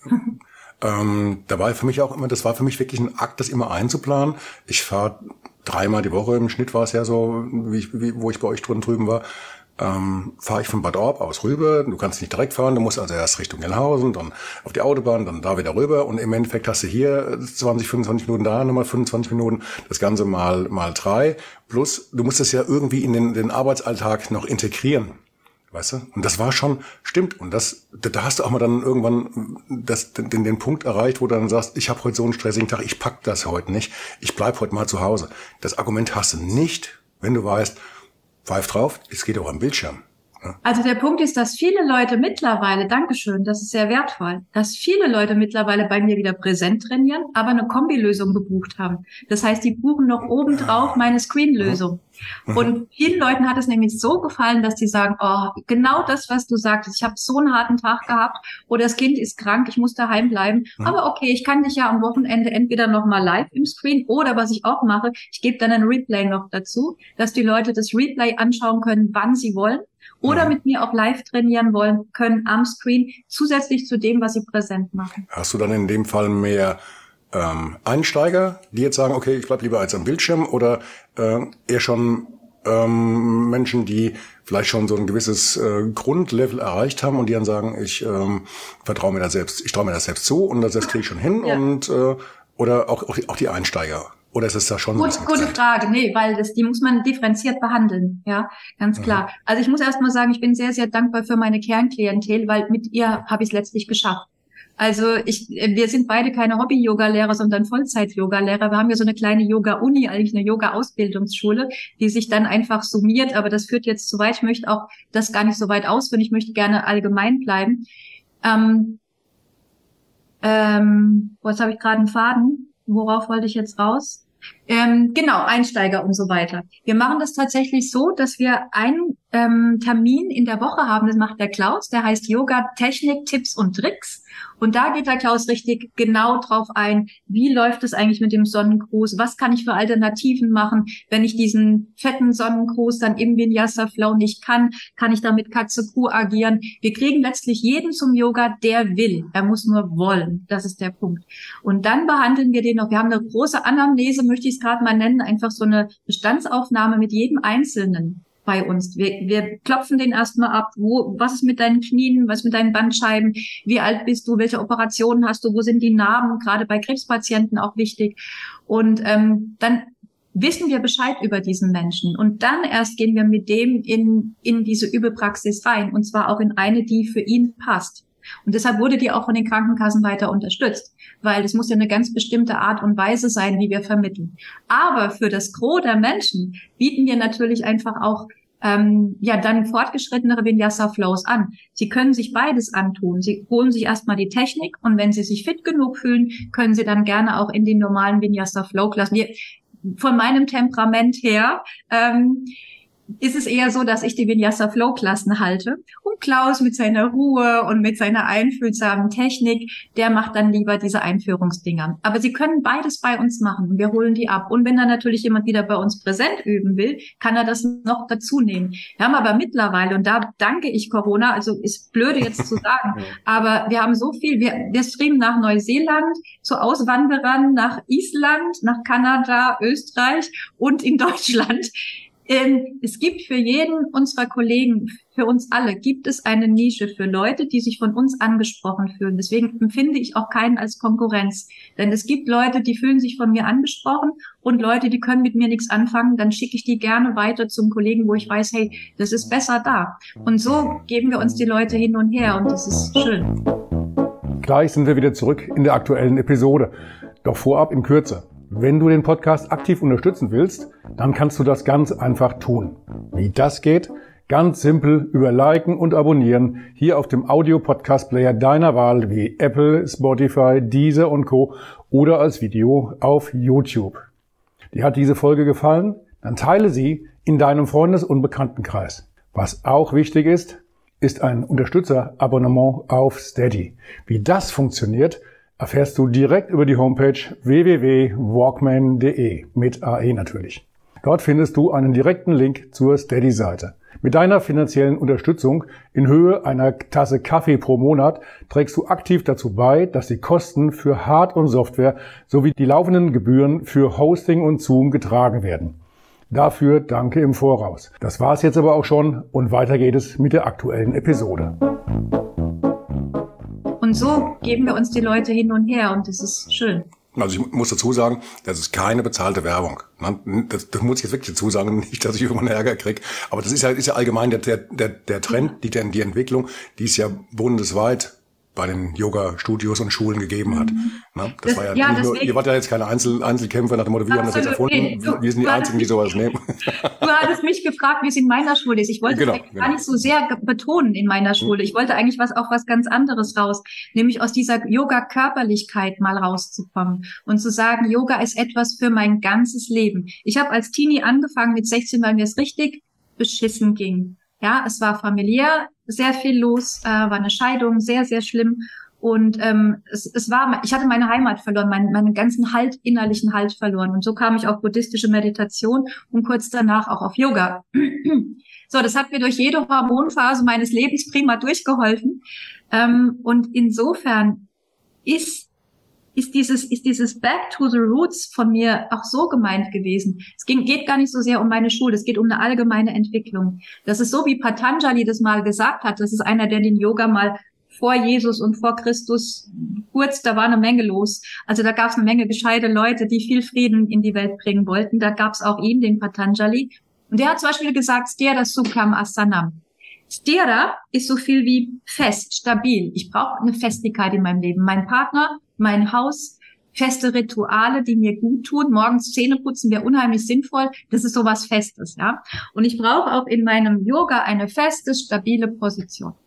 Da war für mich auch immer, das war für mich wirklich ein Akt, das immer einzuplanen. Ich fahre 3-mal die Woche, im Schnitt war es ja so, wo ich bei euch drüben war, fahre ich von Bad Orb aus rüber. Du kannst nicht direkt fahren, du musst also erst Richtung Gelnhausen, dann auf die Autobahn, dann da wieder rüber und im Endeffekt hast du hier 20, 25 Minuten, da nochmal 25 Minuten, das Ganze mal 3. Plus, du musst es ja irgendwie in den Arbeitsalltag noch integrieren. Weißt du? Und das war schon, stimmt. Und da hast du auch mal dann irgendwann den Punkt erreicht, wo du dann sagst, ich habe heute so einen stressigen Tag, ich pack das heute nicht, ich bleib heute mal zu Hause. Das Argument hast du nicht, wenn du weißt, pfeif drauf, es geht auch am Bildschirm. Ja. Also der Punkt ist, dass viele Leute mittlerweile, Dankeschön, das ist sehr wertvoll, dass viele Leute mittlerweile bei mir wieder präsent trainieren, aber eine Kombilösung gebucht haben. Das heißt, die buchen noch obendrauf meine Screen-Lösung. Und vielen Leuten hat es nämlich so gefallen, dass die sagen, oh, genau das, was du sagtest, ich habe so einen harten Tag gehabt oder das Kind ist krank, ich muss daheim bleiben. Aber okay, ich kann dich ja am Wochenende entweder nochmal live im Screen oder was ich auch mache, ich gebe dann ein Replay noch dazu, dass die Leute das Replay anschauen können, wann sie wollen. Oder mit mir auch live trainieren wollen können am Screen, zusätzlich zu dem, was sie präsent machen. Hast du dann in dem Fall mehr Einsteiger, die jetzt sagen, okay, ich bleib lieber als am Bildschirm, oder eher schon Menschen, die vielleicht schon so ein gewisses Grundlevel erreicht haben und die dann sagen, ich vertraue mir das selbst, ich traue mir das selbst zu und das kriege ich schon hin, ja. Und oder auch die Einsteiger? Oder ist es da schon so? Gute Frage. Nee, weil die muss man differenziert behandeln. Ja, ganz klar. Also ich muss erst mal sagen, ich bin sehr, sehr dankbar für meine Kernklientel, weil mit ihr habe ich es letztlich geschafft. Also wir sind beide keine Hobby-Yoga-Lehrer, sondern Vollzeit-Yoga-Lehrer. Wir haben ja so eine kleine Yoga-Uni, eigentlich eine Yoga-Ausbildungsschule, die sich dann einfach summiert. Aber das führt jetzt zu weit. Ich möchte auch das gar nicht so weit ausführen. Ich möchte gerne allgemein bleiben. Jetzt habe ich gerade einen Faden. Worauf wollte ich jetzt raus? Genau, Einsteiger und so weiter. Wir machen das tatsächlich so, dass wir Termin in der Woche haben, das macht der Klaus, der heißt Yoga Technik, Tipps und Tricks. Und da geht der Klaus richtig genau drauf ein, wie läuft es eigentlich mit dem Sonnengruß, was kann ich für Alternativen machen, wenn ich diesen fetten Sonnengruß dann im Vinyasa Flow nicht kann ich da mit Katze-Kuh agieren. Wir kriegen letztlich jeden zum Yoga, der will. Er muss nur wollen. Das ist der Punkt. Und dann behandeln wir den noch. Wir haben eine große Anamnese, möchte ich es gerade mal nennen, einfach so eine Bestandsaufnahme mit jedem Einzelnen bei uns. Wir klopfen den erstmal ab. Was ist mit deinen Knien? Was ist mit deinen Bandscheiben? Wie alt bist du? Welche Operationen hast du? Wo sind die Narben? Gerade bei Krebspatienten auch wichtig. Und dann wissen wir Bescheid über diesen Menschen. Und dann erst gehen wir mit dem in diese Übepraxis rein. Und zwar auch in eine, die für ihn passt. Und deshalb wurde die auch von den Krankenkassen weiter unterstützt, weil es muss ja eine ganz bestimmte Art und Weise sein, wie wir vermitteln. Aber für das Gros der Menschen bieten wir natürlich einfach auch dann fortgeschrittenere Vinyasa-Flows an. Sie können sich beides antun. Sie holen sich erstmal die Technik und wenn Sie sich fit genug fühlen, können Sie dann gerne auch in den normalen Vinyasa-Flow-Klassen. Von meinem Temperament her ist es eher so, dass ich die Vinyasa-Flow-Klassen halte. Und Klaus mit seiner Ruhe und mit seiner einfühlsamen Technik, der macht dann lieber diese Einführungsdinger. Aber Sie können beides bei uns machen und wir holen die ab. Und wenn dann natürlich jemand wieder bei uns präsent üben will, kann er das noch dazu nehmen. Wir haben aber mittlerweile, und da danke ich Corona, also ist blöde jetzt zu sagen, aber wir haben so viel, wir streamen nach Neuseeland, zu Auswanderern, nach Island, nach Kanada, Österreich und in Deutschland. Es gibt für jeden unserer Kollegen, für uns alle, gibt es eine Nische für Leute, die sich von uns angesprochen fühlen. Deswegen empfinde ich auch keinen als Konkurrenz. Denn es gibt Leute, die fühlen sich von mir angesprochen und Leute, die können mit mir nichts anfangen. Dann schicke ich die gerne weiter zum Kollegen, wo ich weiß, hey, das ist besser da. Und so geben wir uns die Leute hin und her und das ist schön. Gleich sind wir wieder zurück in der aktuellen Episode. Doch vorab in Kürze. Wenn du den Podcast aktiv unterstützen willst, dann kannst du das ganz einfach tun. Wie das geht? Ganz simpel über Liken und Abonnieren hier auf dem Audio-Podcast-Player deiner Wahl wie Apple, Spotify, Deezer und Co. oder als Video auf YouTube. Dir hat diese Folge gefallen? Dann teile sie in deinem Freundes- und Bekanntenkreis. Was auch wichtig ist ein Unterstützerabonnement auf Steady. Wie das funktioniert, erfährst du direkt über die Homepage www.walkman.de mit AE natürlich. Dort findest du einen direkten Link zur Steady-Seite. Mit deiner finanziellen Unterstützung in Höhe einer Tasse Kaffee pro Monat trägst du aktiv dazu bei, dass die Kosten für Hard- und Software sowie die laufenden Gebühren für Hosting und Zoom getragen werden. Dafür danke im Voraus. Das war's jetzt aber auch schon und weiter geht es mit der aktuellen Episode. Und so geben wir uns die Leute hin und her und das ist schön. Also ich muss dazu sagen, das ist keine bezahlte Werbung. Das muss ich jetzt wirklich dazu sagen, nicht, dass ich irgendwann Ärger kriege. Aber das ist ja allgemein der Trend, die Entwicklung, die es ja bundesweit bei den Yoga-Studios und Schulen gegeben hat. Das war ja nicht nur, ihr wart ja jetzt keine Einzelkämpfer nach dem Motto, wir haben das jetzt erfunden, wir sind die Einzigen, die sowas nehmen. Du hattest mich gefragt, wie es in meiner Schule ist. Ich wollte es gar nicht so sehr betonen in meiner Schule. Ich wollte eigentlich was ganz anderes raus, nämlich aus dieser Yoga-Körperlichkeit mal rauszukommen und zu sagen, Yoga ist etwas für mein ganzes Leben. Ich habe als Teenie angefangen mit 16, weil mir es richtig beschissen ging. Ja, es war familiär sehr viel los, war eine Scheidung, sehr, sehr schlimm. Und ich hatte meine Heimat verloren, meinen ganzen innerlichen Halt verloren. Und so kam ich auf buddhistische Meditation und kurz danach auch auf Yoga. So, das hat mir durch jede Hormonphase meines Lebens prima durchgeholfen. Und insofern ist dieses Back to the Roots von mir auch so gemeint gewesen. Es geht gar nicht so sehr um meine Schule, es geht um eine allgemeine Entwicklung. Das ist so, wie Patanjali das mal gesagt hat, das ist einer, der den Yoga mal vor Jesus und vor Christus da war eine Menge los. Also da gab es eine Menge gescheite Leute, die viel Frieden in die Welt bringen wollten. Da gab es auch ihn, den Patanjali. Und der hat zum Beispiel gesagt, Sthira Sukham Asanam. Sthira ist so viel wie fest, stabil. Ich brauche eine Festigkeit in meinem Leben. Mein Partner, mein Haus, feste Rituale, die mir gut tun. Morgens Zähne putzen wäre unheimlich sinnvoll. Das ist sowas Festes, ja. Und ich brauche auch in meinem Yoga eine feste, stabile Position.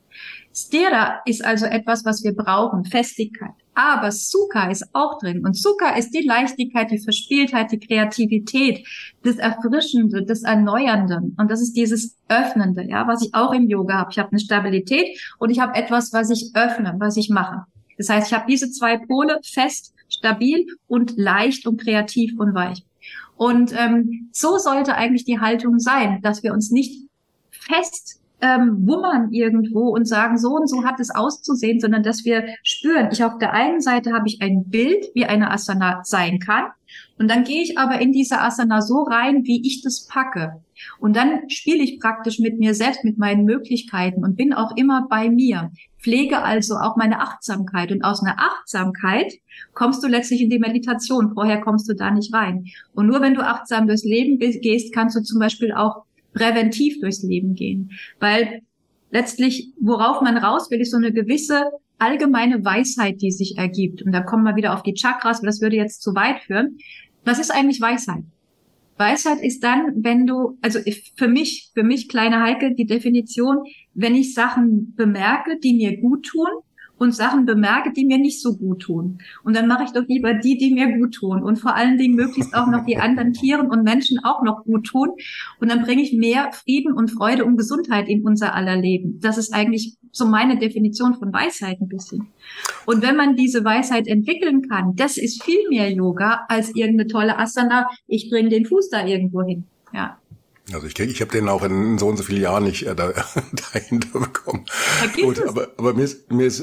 Sthira ist also etwas, was wir brauchen, Festigkeit. Aber Sukha ist auch drin. Und Sukha ist die Leichtigkeit, die Verspieltheit, die Kreativität, das Erfrischende, das Erneuernde. Und das ist dieses Öffnende, ja, was ich auch im Yoga habe. Ich habe eine Stabilität und ich habe etwas, was ich öffne, was ich mache. Das heißt, ich habe diese zwei Pole, fest, stabil und leicht und kreativ und weich. Und so sollte eigentlich die Haltung sein, dass wir uns nicht fest wummern irgendwo und sagen, so und so hat es auszusehen, sondern dass wir spüren, auf der einen Seite habe ich ein Bild, wie eine Asana sein kann, und dann gehe ich aber in diese Asana so rein, wie ich das packe. Und dann spiele ich praktisch mit mir selbst, mit meinen Möglichkeiten und bin auch immer bei mir. Pflege also auch meine Achtsamkeit. Und aus einer Achtsamkeit kommst du letztlich in die Meditation. Vorher kommst du da nicht rein. Und nur wenn du achtsam durchs Leben gehst, kannst du zum Beispiel auch präventiv durchs Leben gehen. Weil letztlich, worauf man raus will, ist so eine gewisse allgemeine Weisheit, die sich ergibt. Und da kommen wir wieder auf die Chakras, weil das würde jetzt zu weit führen. Was ist eigentlich Weisheit? Weisheit ist dann, wenn du, also für mich, kleine Heike, die Definition, wenn ich Sachen bemerke, die mir gut tun, und Sachen bemerke, die mir nicht so gut tun. Und dann mache ich doch lieber die mir gut tun. Und vor allen Dingen möglichst auch noch die anderen Tieren und Menschen auch noch gut tun. Und dann bringe ich mehr Frieden und Freude und Gesundheit in unser aller Leben. Das ist eigentlich so meine Definition von Weisheit ein bisschen. Und wenn man diese Weisheit entwickeln kann, das ist viel mehr Yoga als irgendeine tolle Asana. Ich bringe den Fuß da irgendwo hin. Ja. Also ich habe den auch in so und so vielen Jahren nicht dahinter bekommen. Gut, aber wir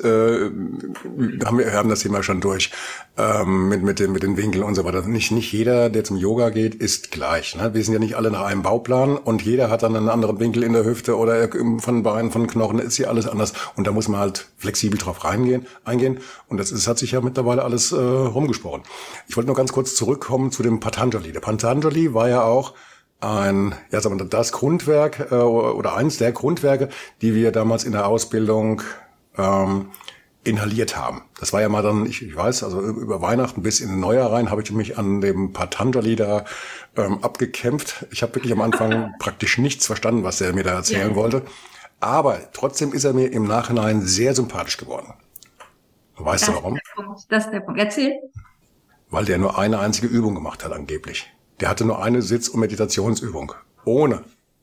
haben das Thema schon durch mit den Winkeln und so weiter. Nicht jeder, der zum Yoga geht, ist gleich. Ne? Wir sind ja nicht alle nach einem Bauplan und jeder hat dann einen anderen Winkel in der Hüfte oder von Beinen, von Knochen. Ist hier alles anders und da muss man halt flexibel drauf eingehen. Und das hat sich ja mittlerweile alles rumgesprochen. Ich wollte nur ganz kurz zurückkommen zu dem Patanjali. Der Patanjali war ja auch das Grundwerk oder eins der Grundwerke, die wir damals in der Ausbildung inhaliert haben. Das war ja mal dann, ich weiß, also über Weihnachten bis in den Neujahr rein habe ich mich an dem Patanjali da abgekämpft. Ich habe wirklich am Anfang praktisch nichts verstanden, was er mir da erzählen wollte. Aber trotzdem ist er mir im Nachhinein sehr sympathisch geworden. Weißt du warum? Das ist der Punkt. Erzähl. Weil der nur eine einzige Übung gemacht hat angeblich. Der hatte nur eine Sitz- und Meditationsübung. Ohne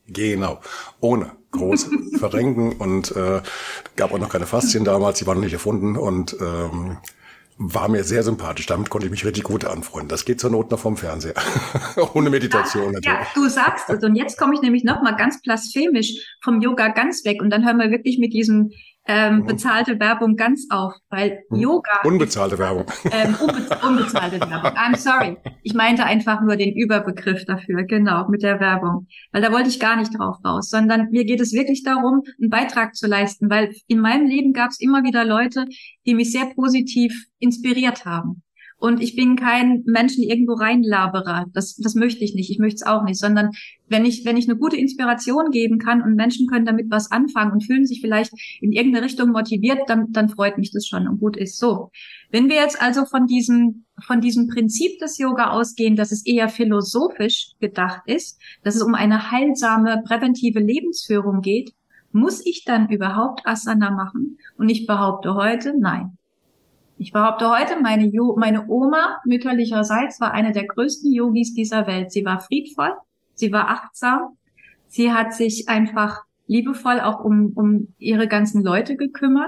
groß verrenken und gab auch noch keine Faszien damals, die waren noch nicht erfunden und war mir sehr sympathisch. Damit konnte ich mich richtig gut anfreunden. Das geht zur Not noch vom Fernseher. Ohne Meditation natürlich. Ja, du sagst es. Und jetzt komme ich nämlich noch mal ganz blasphemisch vom Yoga ganz weg und dann hören wir wirklich mit diesem bezahlte Werbung ganz auf, weil Yoga... Unbezahlte Werbung. Unbezahlte Werbung. I'm sorry. Ich meinte einfach nur den Überbegriff dafür, genau, mit der Werbung. Weil da wollte ich gar nicht drauf raus, sondern mir geht es wirklich darum, einen Beitrag zu leisten, weil in meinem Leben gab es immer wieder Leute, die mich sehr positiv inspiriert haben. Und ich bin kein Menschen irgendwo reinlaberer. Das möchte ich nicht. Ich möchte es auch nicht. Sondern wenn ich eine gute Inspiration geben kann und Menschen können damit was anfangen und fühlen sich vielleicht in irgendeine Richtung motiviert, dann freut mich das schon und gut ist so. Wenn wir jetzt also von diesem Prinzip des Yoga ausgehen, dass es eher philosophisch gedacht ist, dass es um eine heilsame, präventive Lebensführung geht, muss ich dann überhaupt Asana machen? Und ich behaupte heute, nein. Ich behaupte heute, meine Oma mütterlicherseits war eine der größten Yogis dieser Welt. Sie war friedvoll, sie war achtsam, sie hat sich einfach liebevoll auch um ihre ganzen Leute gekümmert.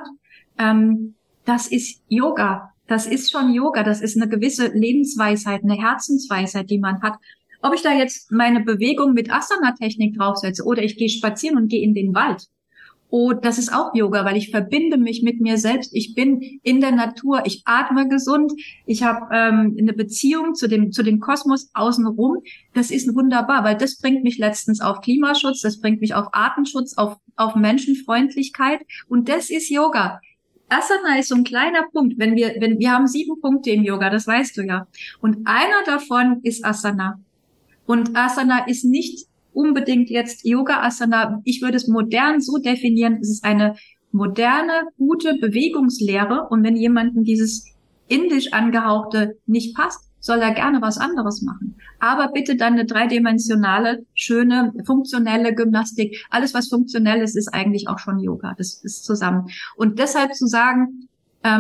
Das ist Yoga. Das ist schon Yoga. Das ist eine gewisse Lebensweisheit, eine Herzensweisheit, die man hat. Ob ich da jetzt meine Bewegung mit Asana-Technik draufsetze oder ich gehe spazieren und gehe in den Wald. Oh, das ist auch Yoga, weil ich verbinde mich mit mir selbst. Ich bin in der Natur, ich atme gesund, ich habe eine Beziehung zu dem Kosmos außenrum. Das ist wunderbar, weil das bringt mich letztens auf Klimaschutz, das bringt mich auf Artenschutz, auf Menschenfreundlichkeit und das ist Yoga. Asana ist so ein kleiner Punkt, wenn wir haben 7 Punkte im Yoga, das weißt du ja. Und einer davon ist Asana. Und Asana ist nicht unbedingt jetzt Yoga-Asana. Ich würde es modern so definieren, es ist eine moderne, gute Bewegungslehre. Und wenn jemandem dieses indisch angehauchte nicht passt, soll er gerne was anderes machen. Aber bitte dann eine dreidimensionale, schöne, funktionelle Gymnastik. Alles, was funktionell ist, ist eigentlich auch schon Yoga. Das ist zusammen. Und deshalb zu sagen,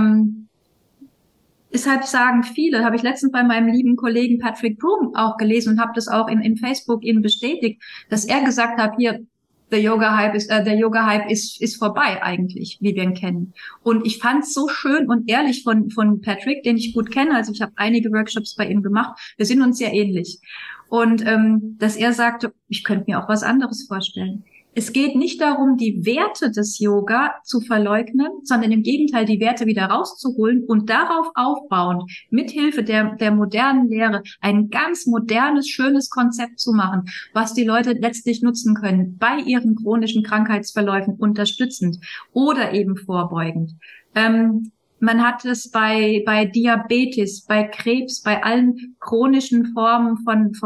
deshalb sagen viele, habe ich letztens bei meinem lieben Kollegen Patrick Broom auch gelesen und habe das auch in Facebook ihm bestätigt, dass er gesagt hat, hier, der Yoga-Hype ist vorbei eigentlich, wie wir ihn kennen. Und ich fand es so schön und ehrlich von Patrick, den ich gut kenne. Also ich habe einige Workshops bei ihm gemacht. Wir sind uns sehr ähnlich. Und dass er sagte, ich könnte mir auch was anderes vorstellen. Es geht nicht darum, die Werte des Yoga zu verleugnen, sondern im Gegenteil, die Werte wieder rauszuholen und darauf aufbauend, mithilfe der modernen Lehre, ein ganz modernes, schönes Konzept zu machen, was die Leute letztlich nutzen können, bei ihren chronischen Krankheitsverläufen unterstützend oder eben vorbeugend. Man hat es bei Diabetes, bei Krebs, bei allen chronischen Formen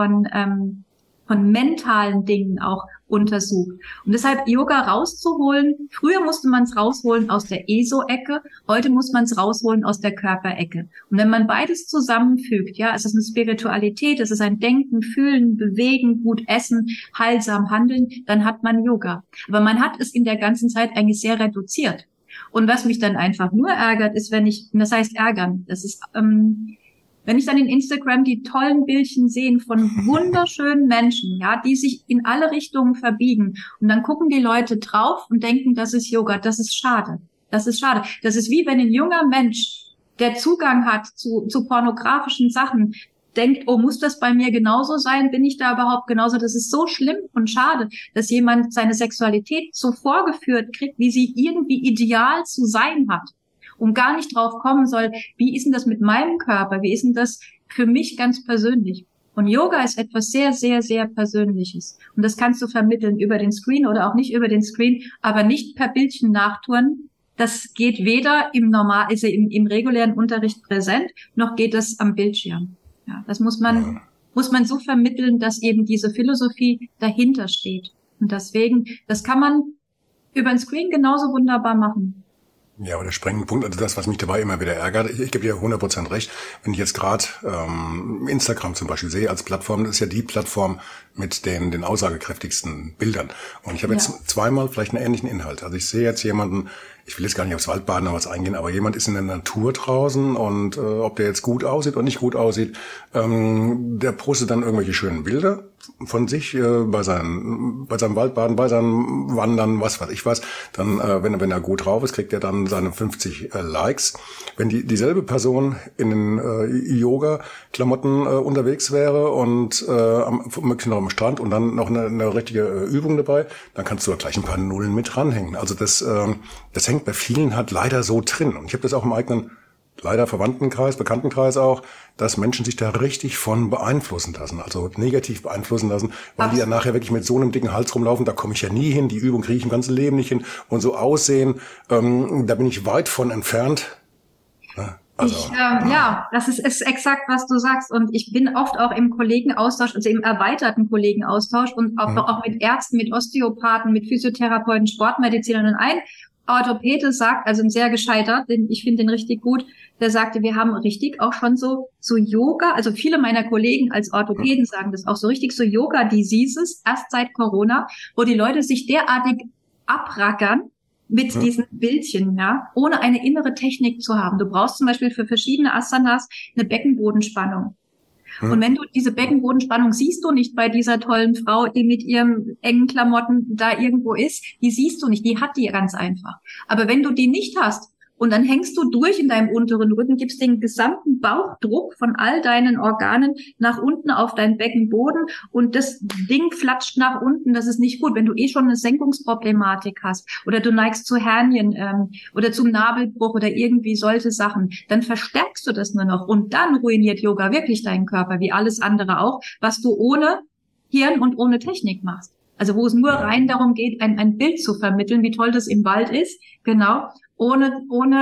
von mentalen Dingen auch untersucht. Und deshalb Yoga rauszuholen, früher musste man es rausholen aus der ESO-Ecke, heute muss man es rausholen aus der Körperecke. Und wenn man beides zusammenfügt, ja, es ist eine Spiritualität, es ist ein Denken, Fühlen, Bewegen, gut essen, heilsam handeln, dann hat man Yoga. Aber man hat es in der ganzen Zeit eigentlich sehr reduziert. Und was mich dann einfach nur ärgert, ist, das heißt ärgern, das ist, wenn ich dann in Instagram die tollen Bildchen sehe von wunderschönen Menschen, ja, die sich in alle Richtungen verbiegen und dann gucken die Leute drauf und denken, das ist Yoga, das ist schade. Das ist schade. Das ist wie wenn ein junger Mensch, der Zugang hat zu pornografischen Sachen, denkt, oh, muss das bei mir genauso sein? Bin ich da überhaupt genauso? Das ist so schlimm und schade, dass jemand seine Sexualität so vorgeführt kriegt, wie sie irgendwie ideal zu sein hat. Und gar nicht drauf kommen soll, wie ist denn das mit meinem Körper? Wie ist denn das für mich ganz persönlich? Und Yoga ist etwas sehr, sehr, sehr Persönliches. Und das kannst du vermitteln über den Screen oder auch nicht über den Screen, aber nicht per Bildchen nachtouren. Das geht weder im regulären Unterricht präsent, noch geht das am Bildschirm. Ja, das muss man so vermitteln, dass eben diese Philosophie dahinter steht. Und deswegen, das kann man über den Screen genauso wunderbar machen. Ja, aber der springende Punkt, also das, was mich dabei immer wieder ärgert, ich gebe dir 100% recht, wenn ich jetzt gerade Instagram zum Beispiel sehe als Plattform, das ist ja die Plattform mit den aussagekräftigsten Bildern. Und ich habe jetzt zweimal vielleicht einen ähnlichen Inhalt. Also ich sehe jetzt jemanden, ich will jetzt gar nicht aufs Waldbaden oder was eingehen, aber jemand ist in der Natur draußen und ob der jetzt gut aussieht oder nicht gut aussieht, der postet dann irgendwelche schönen Bilder von sich bei seinem Waldbaden, bei seinem Wandern, was weiß ich was. Dann, wenn er gut drauf ist, kriegt er dann seine 50 Likes. Wenn dieselbe Person in den Yoga-Klamotten unterwegs wäre und möglichst noch am Strand und dann noch eine richtige Übung dabei, dann kannst du da gleich ein paar Nullen mit dranhängen. Also das hängt bei vielen halt leider so drin. Und ich habe das auch im eigenen leider Verwandtenkreis, Bekanntenkreis auch, dass Menschen sich da richtig von beeinflussen lassen, also negativ beeinflussen lassen, weil die ja nachher wirklich mit so einem dicken Hals rumlaufen, da komme ich ja nie hin, die Übung kriege ich im ganzen Leben nicht hin und so aussehen, da bin ich weit von entfernt. Also, das ist exakt, was du sagst. Und ich bin oft auch im Kollegenaustausch, also im erweiterten Kollegenaustausch und auch mit Ärzten, mit Osteopathen, mit Physiotherapeuten, Sportmedizinern. Und ein Orthopäde sagt, also ein sehr gescheiter, ich finde den richtig gut, der sagte, wir haben richtig auch schon so Yoga, also viele meiner Kollegen als Orthopäden sagen das auch so richtig, so Yoga-Diseases, erst seit Corona, wo die Leute sich derartig abrackern mit diesen Bildchen, ja, ohne eine innere Technik zu haben. Du brauchst zum Beispiel für verschiedene Asanas eine Beckenbodenspannung. Und wenn du diese Beckenbodenspannung siehst du nicht bei dieser tollen Frau, die mit ihrem engen Klamotten da irgendwo ist, die siehst du nicht, die hat die ganz einfach. Aber wenn du die nicht hast und dann hängst du durch in deinem unteren Rücken, gibst den gesamten Bauchdruck von all deinen Organen nach unten auf deinen Beckenboden und das Ding flatscht nach unten, das ist nicht gut. Wenn du schon eine Senkungsproblematik hast oder du neigst zu Hernien oder zum Nabelbruch oder irgendwie solche Sachen, dann verstärkst du das nur noch und dann ruiniert Yoga wirklich deinen Körper, wie alles andere auch, was du ohne Hirn und ohne Technik machst. Also wo es nur rein darum geht, ein Bild zu vermitteln, wie toll das im Wald ist, genau, ohne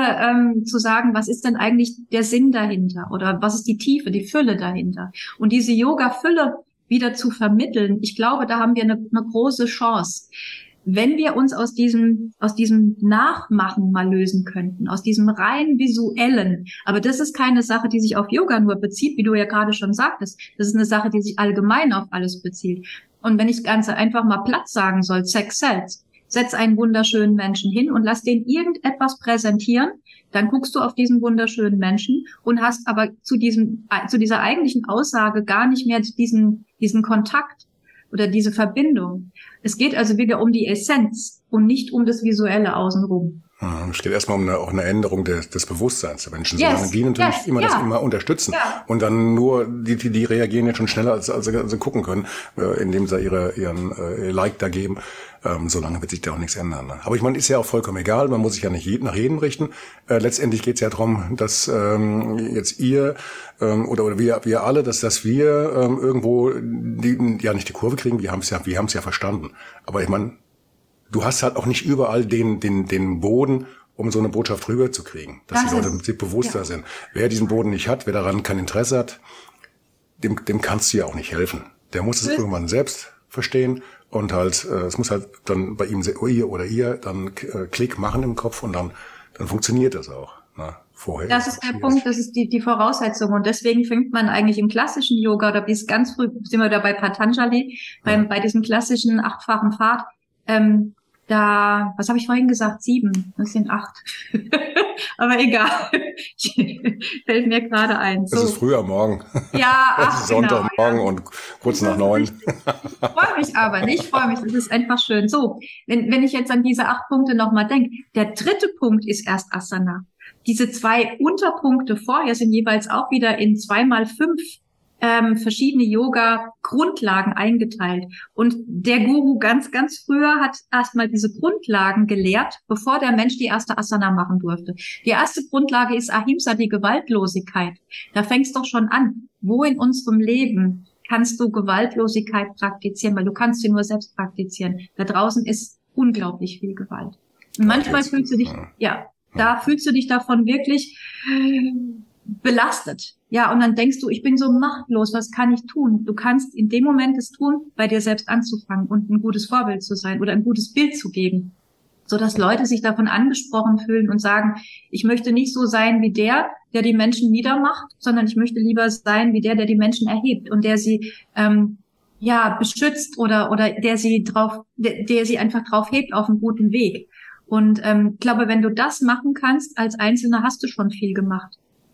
zu sagen, was ist denn eigentlich der Sinn dahinter oder was ist die Tiefe, die Fülle dahinter. Und diese Yoga-Fülle wieder zu vermitteln, ich glaube, da haben wir eine große Chance. wenn wir uns aus diesem Nachmachen mal lösen könnten, aus diesem rein visuellen, aber das ist keine Sache, die sich auf Yoga nur bezieht, wie du ja gerade schon sagtest, das ist eine Sache, die sich allgemein auf alles bezieht. Und wenn ich das Ganze einfach mal platt sagen soll, Sex sells, setz einen wunderschönen Menschen hin und lass den irgendetwas präsentieren, dann guckst du auf diesen wunderschönen Menschen und hast aber zu dieser eigentlichen Aussage gar nicht mehr diesen Kontakt oder diese Verbindung. Es geht also wieder um die Essenz und nicht um das Visuelle außenrum. Es geht erstmal um auch eine Änderung des Bewusstseins der Menschen, Yes, solange die natürlich yes, das immer unterstützen. Ja. Und dann nur, die reagieren jetzt schon schneller, als sie gucken können, indem sie ihren Like da geben. Solange wird sich da auch nichts ändern. Ne? Aber ich meine, ist ja auch vollkommen egal, man muss sich ja nicht nach jedem richten. Letztendlich geht es ja darum, dass jetzt ihr oder wir alle, dass wir irgendwo nicht die Kurve kriegen, wir haben es ja verstanden. Aber ich meine, du hast halt auch nicht überall den Boden, um so eine Botschaft rüberzukriegen, dass die Leute sich bewusster sind. Wer diesen Boden nicht hat, wer daran kein Interesse hat, dem kannst du ja auch nicht helfen. Der muss es irgendwann selbst verstehen und halt, es muss halt dann bei ihm oder ihr dann Klick machen im Kopf und dann funktioniert das auch. Ne? Vorher. Das ist der Punkt, das ist die Voraussetzung und deswegen fängt man eigentlich im klassischen Yoga oder bis ganz früh sind wir da bei Patanjali, bei diesem klassischen 8-fachen Pfad, was habe ich vorhin gesagt? 7, das sind 8. Aber egal. Fällt mir gerade ein. So. Es ist früh am Morgen. Ja, es ist Sonntagmorgen und kurz nach 9. Ich freue mich aber nicht. Ich freue mich. Das ist einfach schön. So, wenn ich jetzt an diese 8 Punkte nochmal denke. Der 3. Punkt ist erst Asana. Diese 2 Unterpunkte vorher sind jeweils auch wieder in 2x5 verschiedene Yoga-Grundlagen eingeteilt. Und der Guru ganz, ganz früher hat erstmal diese Grundlagen gelehrt, bevor der Mensch die erste Asana machen durfte. Die erste Grundlage ist Ahimsa, die Gewaltlosigkeit. Da fängst doch schon an. Wo in unserem Leben kannst du Gewaltlosigkeit praktizieren? Weil du kannst sie nur selbst praktizieren. Da draußen ist unglaublich viel Gewalt. Und manchmal fühlst du dich, da fühlst du dich davon wirklich belastet. Ja, und dann denkst du, ich bin so machtlos, was kann ich tun? Du kannst in dem Moment es tun, bei dir selbst anzufangen und ein gutes Vorbild zu sein oder ein gutes Bild zu geben, so dass Leute sich davon angesprochen fühlen und sagen, ich möchte nicht so sein wie der die Menschen niedermacht, sondern ich möchte lieber sein wie der die Menschen erhebt und der sie beschützt oder der sie einfach drauf hebt auf einem guten Weg. Und ich glaube, wenn du das machen kannst als Einzelner, hast du schon viel gemacht.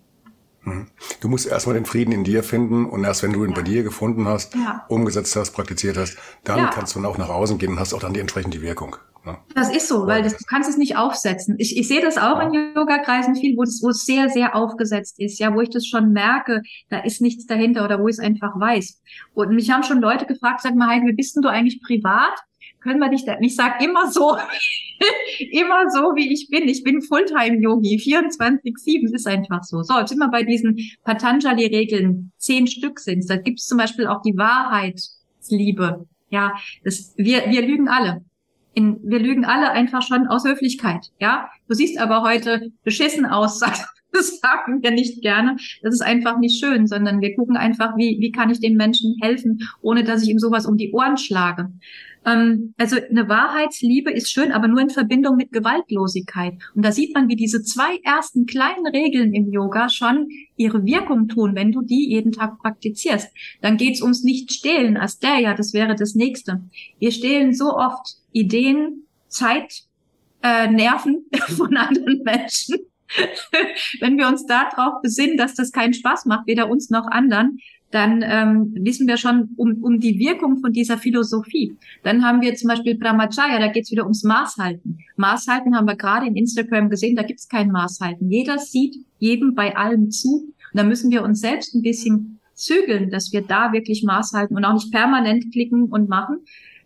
Du musst erstmal den Frieden in dir finden und erst wenn du ihn bei dir gefunden hast, umgesetzt hast, praktiziert hast, dann kannst du dann auch nach außen gehen und hast auch dann die entsprechende Wirkung. Ne? Das ist so, weil du kannst es nicht aufsetzen. Ich sehe das auch in Yoga-Kreisen viel, wo es sehr, sehr aufgesetzt ist, ja, wo ich das schon merke, da ist nichts dahinter oder wo ich es einfach weiß. Und mich haben schon Leute gefragt, sag mal, Heidi, wie bist denn du eigentlich privat? Können wir dich da, ich sag immer so, immer so, wie ich bin. Ich bin Fulltime-Yogi, 24/7, ist einfach so. So, jetzt sind wir bei diesen Patanjali-Regeln, 10 Stück sind's. Da gibt's zum Beispiel auch die Wahrheitsliebe. Ja, wir lügen alle. Wir lügen alle einfach schon aus Höflichkeit. Ja, du siehst aber heute beschissen aus, das sagen wir nicht gerne. Das ist einfach nicht schön, sondern wir gucken einfach, wie kann ich den Menschen helfen, ohne dass ich ihm sowas um die Ohren schlage. Also eine Wahrheitsliebe ist schön, aber nur in Verbindung mit Gewaltlosigkeit. Und da sieht man, wie diese 2 ersten kleinen Regeln im Yoga schon ihre Wirkung tun, wenn du die jeden Tag praktizierst. Dann geht's ums Nicht-Stehlen, Asteya, das wäre das Nächste. Wir stehlen so oft Ideen, Zeit, Nerven von anderen Menschen. Wenn wir uns darauf besinnen, dass das keinen Spaß macht, weder uns noch anderen, dann wissen wir schon um die Wirkung von dieser Philosophie. Dann haben wir zum Beispiel Brahmacharya, da geht's wieder ums Maßhalten. Maßhalten haben wir gerade in Instagram gesehen, da gibt's kein Maßhalten. Jeder sieht jedem bei allem zu. Und da müssen wir uns selbst ein bisschen zügeln, dass wir da wirklich Maß halten und auch nicht permanent klicken und machen,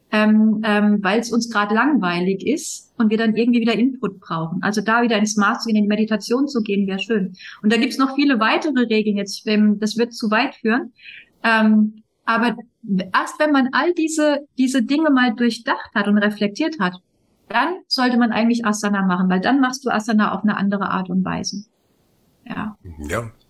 weil es uns gerade langweilig ist und wir dann irgendwie wieder Input brauchen. Also da wieder ins Maß zu gehen, in die Meditation zu gehen, wäre schön. Und da gibt's noch viele weitere Regeln jetzt, das wird zu weit führen. Aber erst wenn man all diese Dinge mal durchdacht hat und reflektiert hat, dann sollte man eigentlich Asana machen, weil dann machst du Asana auf eine andere Art und Weise. Ja. Ja,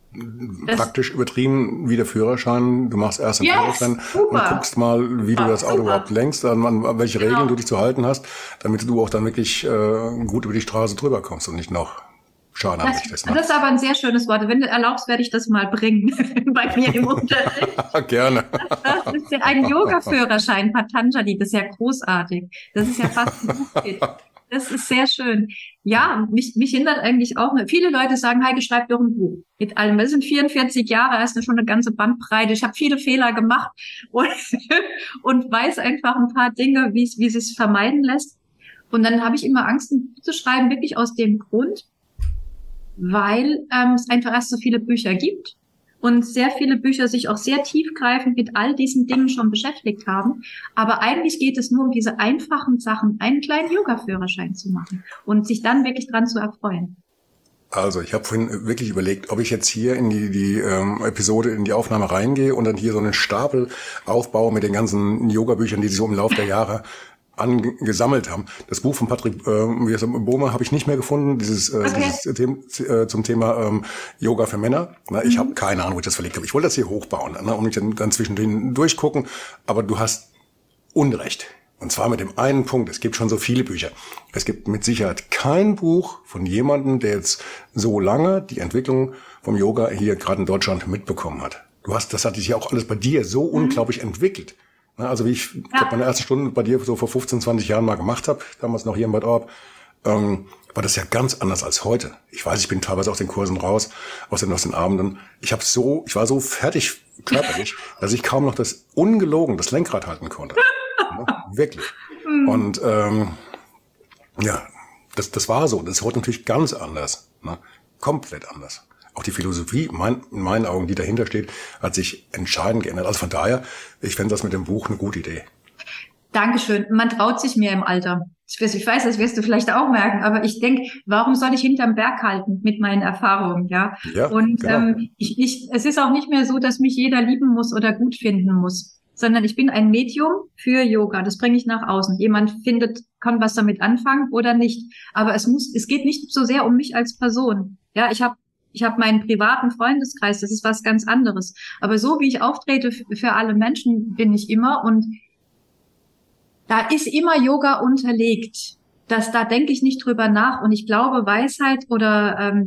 praktisch übertrieben wie der Führerschein. Du machst erst den Führerschein und guckst mal, wie du das Auto überhaupt lenkst, an welche Regeln du dich zu halten hast, damit du auch dann wirklich gut über die Straße drüber kommst und nicht noch Schaden anrichtest. Das ist aber ein sehr schönes Wort. Wenn du erlaubst, werde ich das mal bringen bei mir im Unterricht. Gerne. Das ist ja ein Yoga-Führerschein, Patanjali, das ist ja großartig. Das ist ja fast ein Buchtitel. Das ist sehr schön. Ja, mich hindert eigentlich auch. Viele Leute sagen, Heike, schreib doch ein Buch. Mit allem. Das sind 44 Jahre, das ist schon eine ganze Bandbreite. Ich habe viele Fehler gemacht und weiß einfach ein paar Dinge, wie es sich vermeiden lässt. Und dann habe ich immer Angst, ein Buch zu schreiben, wirklich aus dem Grund, weil es einfach erst so viele Bücher gibt. Und sehr viele Bücher sich auch sehr tiefgreifend mit all diesen Dingen schon beschäftigt haben. Aber eigentlich geht es nur um diese einfachen Sachen, einen kleinen Yoga-Führerschein zu machen und sich dann wirklich dran zu erfreuen. Also ich habe vorhin wirklich überlegt, ob ich jetzt hier in die Episode, in die Aufnahme reingehe und dann hier so einen Stapel aufbaue mit den ganzen Yoga-Büchern, die sich so im Laufe der Jahre angesammelt haben. Das Buch von Patrick Bohmer habe ich nicht mehr gefunden, dieses zum Thema Yoga für Männer. Na, ich habe keine Ahnung, wo ich das verlegt habe. Ich wollte das hier hochbauen, und mich dann zwischendrin durchgucken, aber du hast Unrecht. Und zwar mit dem einen Punkt, es gibt schon so viele Bücher. Es gibt mit Sicherheit kein Buch von jemandem, der jetzt so lange die Entwicklung vom Yoga hier gerade in Deutschland mitbekommen hat. Das hat sich ja auch alles bei dir so unglaublich entwickelt. Also wie ich meine erste Stunde bei dir so vor 15, 20 Jahren mal gemacht habe, damals noch hier in Bad Orb, war das ja ganz anders als heute. Ich weiß, ich bin teilweise aus den Kursen raus, aus den Abenden. Ich war so fertig körperlich, dass ich kaum noch das Lenkrad halten konnte. Wirklich. Und das war so. Das ist heute natürlich ganz anders. Komplett anders. Auch die Philosophie, in meinen Augen, die dahinter steht, hat sich entscheidend geändert. Also von daher, ich fände das mit dem Buch eine gute Idee. Dankeschön. Man traut sich mehr im Alter. Ich weiß, das wirst du vielleicht auch merken, aber ich denke, warum soll ich hinterm Berg halten mit meinen Erfahrungen, ja? Und genau. Es ist auch nicht mehr so, dass mich jeder lieben muss oder gut finden muss, sondern ich bin ein Medium für Yoga. Das bringe ich nach außen. Jemand kann was damit anfangen oder nicht. Aber es geht nicht so sehr um mich als Person. Ja, ich habe meinen privaten Freundeskreis, das ist was ganz anderes. Aber so wie ich auftrete für alle Menschen, bin ich immer. Und da ist immer Yoga unterlegt. Da denke ich nicht drüber nach. Und ich glaube, Weisheit oder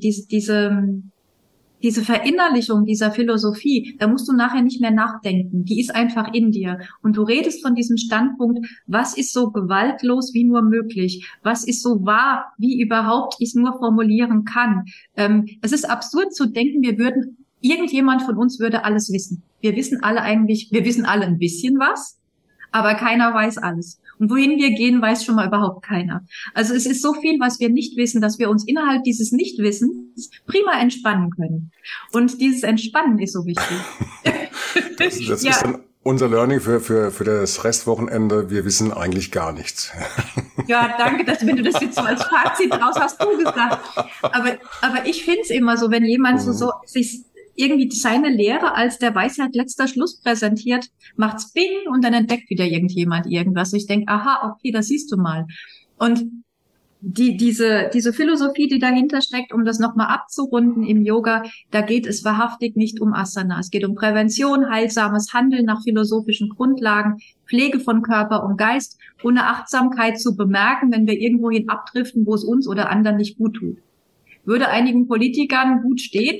diese Verinnerlichung dieser Philosophie, da musst du nachher nicht mehr nachdenken. Die ist einfach in dir. Und du redest von diesem Standpunkt, was ist so gewaltlos wie nur möglich? Was ist so wahr, wie überhaupt ich es nur formulieren kann? Es ist absurd zu denken, irgendjemand von uns würde alles wissen. Wir wissen alle ein bisschen was, aber keiner weiß alles. Und wohin wir gehen, weiß schon mal überhaupt keiner. Also es ist so viel, was wir nicht wissen, dass wir uns innerhalb dieses Nichtwissens prima entspannen können. Und dieses Entspannen ist so wichtig. Das ist dann unser Learning für das Restwochenende. Wir wissen eigentlich gar nichts. Ja, danke, wenn du das jetzt so als Fazit raus hast, du gesagt. Aber ich finde es immer so, wenn jemand so sich irgendwie seine Lehre als der Weisheit letzter Schluss präsentiert, macht's Bing und dann entdeckt wieder irgendjemand irgendwas. Ich denke, aha, okay, das siehst du mal. Und diese Philosophie, die dahinter steckt, um das nochmal abzurunden im Yoga, da geht es wahrhaftig nicht um Asana. Es geht um Prävention, heilsames Handeln nach philosophischen Grundlagen, Pflege von Körper und Geist, ohne Achtsamkeit zu bemerken, wenn wir irgendwohin abdriften, wo es uns oder anderen nicht gut tut. Würde einigen Politikern gut stehen,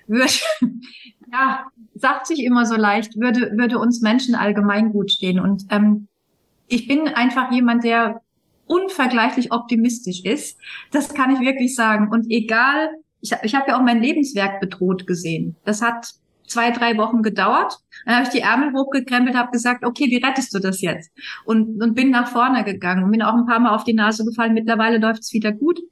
sagt sich immer so leicht, würde uns Menschen allgemein gut stehen. Und ich bin einfach jemand, der unvergleichlich optimistisch ist. Das kann ich wirklich sagen. Und egal, ich habe ja auch mein Lebenswerk bedroht gesehen. Das hat 2-3 Wochen gedauert. Dann habe ich die Ärmel hochgekrempelt, habe gesagt, okay, wie rettest du das jetzt? Und bin nach vorne gegangen und bin auch ein paar Mal auf die Nase gefallen. Mittlerweile läuft es wieder gut.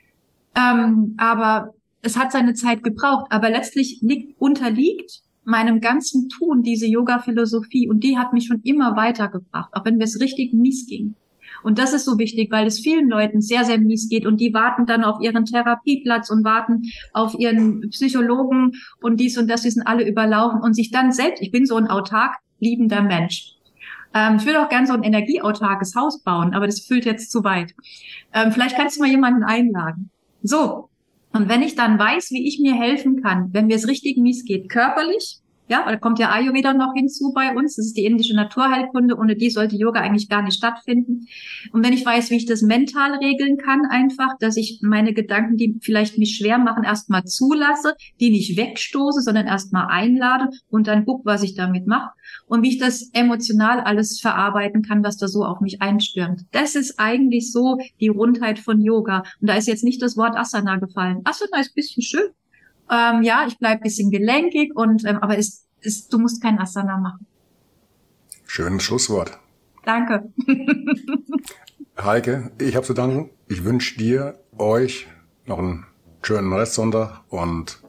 Aber es hat seine Zeit gebraucht, aber letztlich unterliegt meinem ganzen Tun diese Yoga-Philosophie und die hat mich schon immer weitergebracht, auch wenn mir es richtig mies ging. Und das ist so wichtig, weil es vielen Leuten sehr, sehr mies geht und die warten dann auf ihren Therapieplatz und warten auf ihren Psychologen und dies und das, die sind alle überlaufen und sich dann selbst, ich bin so ein autark liebender Mensch. Ich würde auch gern so ein energieautarkes Haus bauen, aber das führt jetzt zu weit. Vielleicht kannst du mal jemanden einladen. So. Und wenn ich dann weiß, wie ich mir helfen kann, wenn mir es richtig mies geht, körperlich, ja, da kommt ja Ayurveda noch hinzu bei uns, das ist die indische Naturheilkunde, ohne die sollte Yoga eigentlich gar nicht stattfinden. Und wenn ich weiß, wie ich das mental regeln kann, einfach, dass ich meine Gedanken, die vielleicht mich schwer machen, erstmal zulasse, die nicht wegstoße, sondern erstmal einlade und dann gucke, was ich damit mache und wie ich das emotional alles verarbeiten kann, was da so auf mich einstürmt. Das ist eigentlich so die Rundheit von Yoga. Und da ist jetzt nicht das Wort Asana gefallen. Asana ist ein bisschen schön. Ja, ich bleibe ein bisschen gelenkig aber du musst kein Asana machen. Schönes Schlusswort. Danke. Heike, ich habe zu danken. Ich wünsche dir, euch noch einen schönen Restsonntag und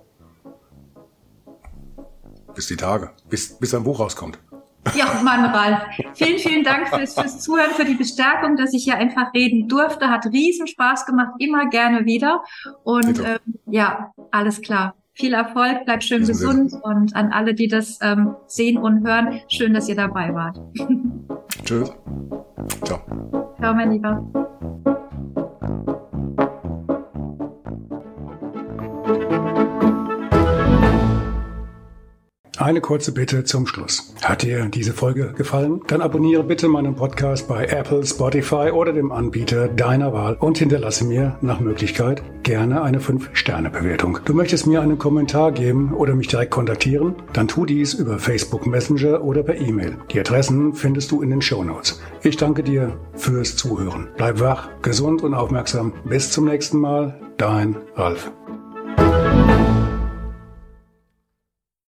bis die Tage, bis ein Buch rauskommt. Ja, Mann, Ralf. Vielen, vielen Dank fürs Zuhören, für die Bestärkung, dass ich hier einfach reden durfte. Hat riesen Spaß gemacht, immer gerne wieder. Und ja, alles klar. Viel Erfolg, bleibt schön gesund und an alle, die das sehen und hören, schön, dass ihr dabei wart. Tschüss. Ciao. Ciao, mein Lieber. Eine kurze Bitte zum Schluss. Hat dir diese Folge gefallen? Dann abonniere bitte meinen Podcast bei Apple, Spotify oder dem Anbieter deiner Wahl und hinterlasse mir nach Möglichkeit gerne eine 5-Sterne-Bewertung. Du möchtest mir einen Kommentar geben oder mich direkt kontaktieren? Dann tu dies über Facebook Messenger oder per E-Mail. Die Adressen findest du in den Shownotes. Ich danke dir fürs Zuhören. Bleib wach, gesund und aufmerksam. Bis zum nächsten Mal. Dein Ralf.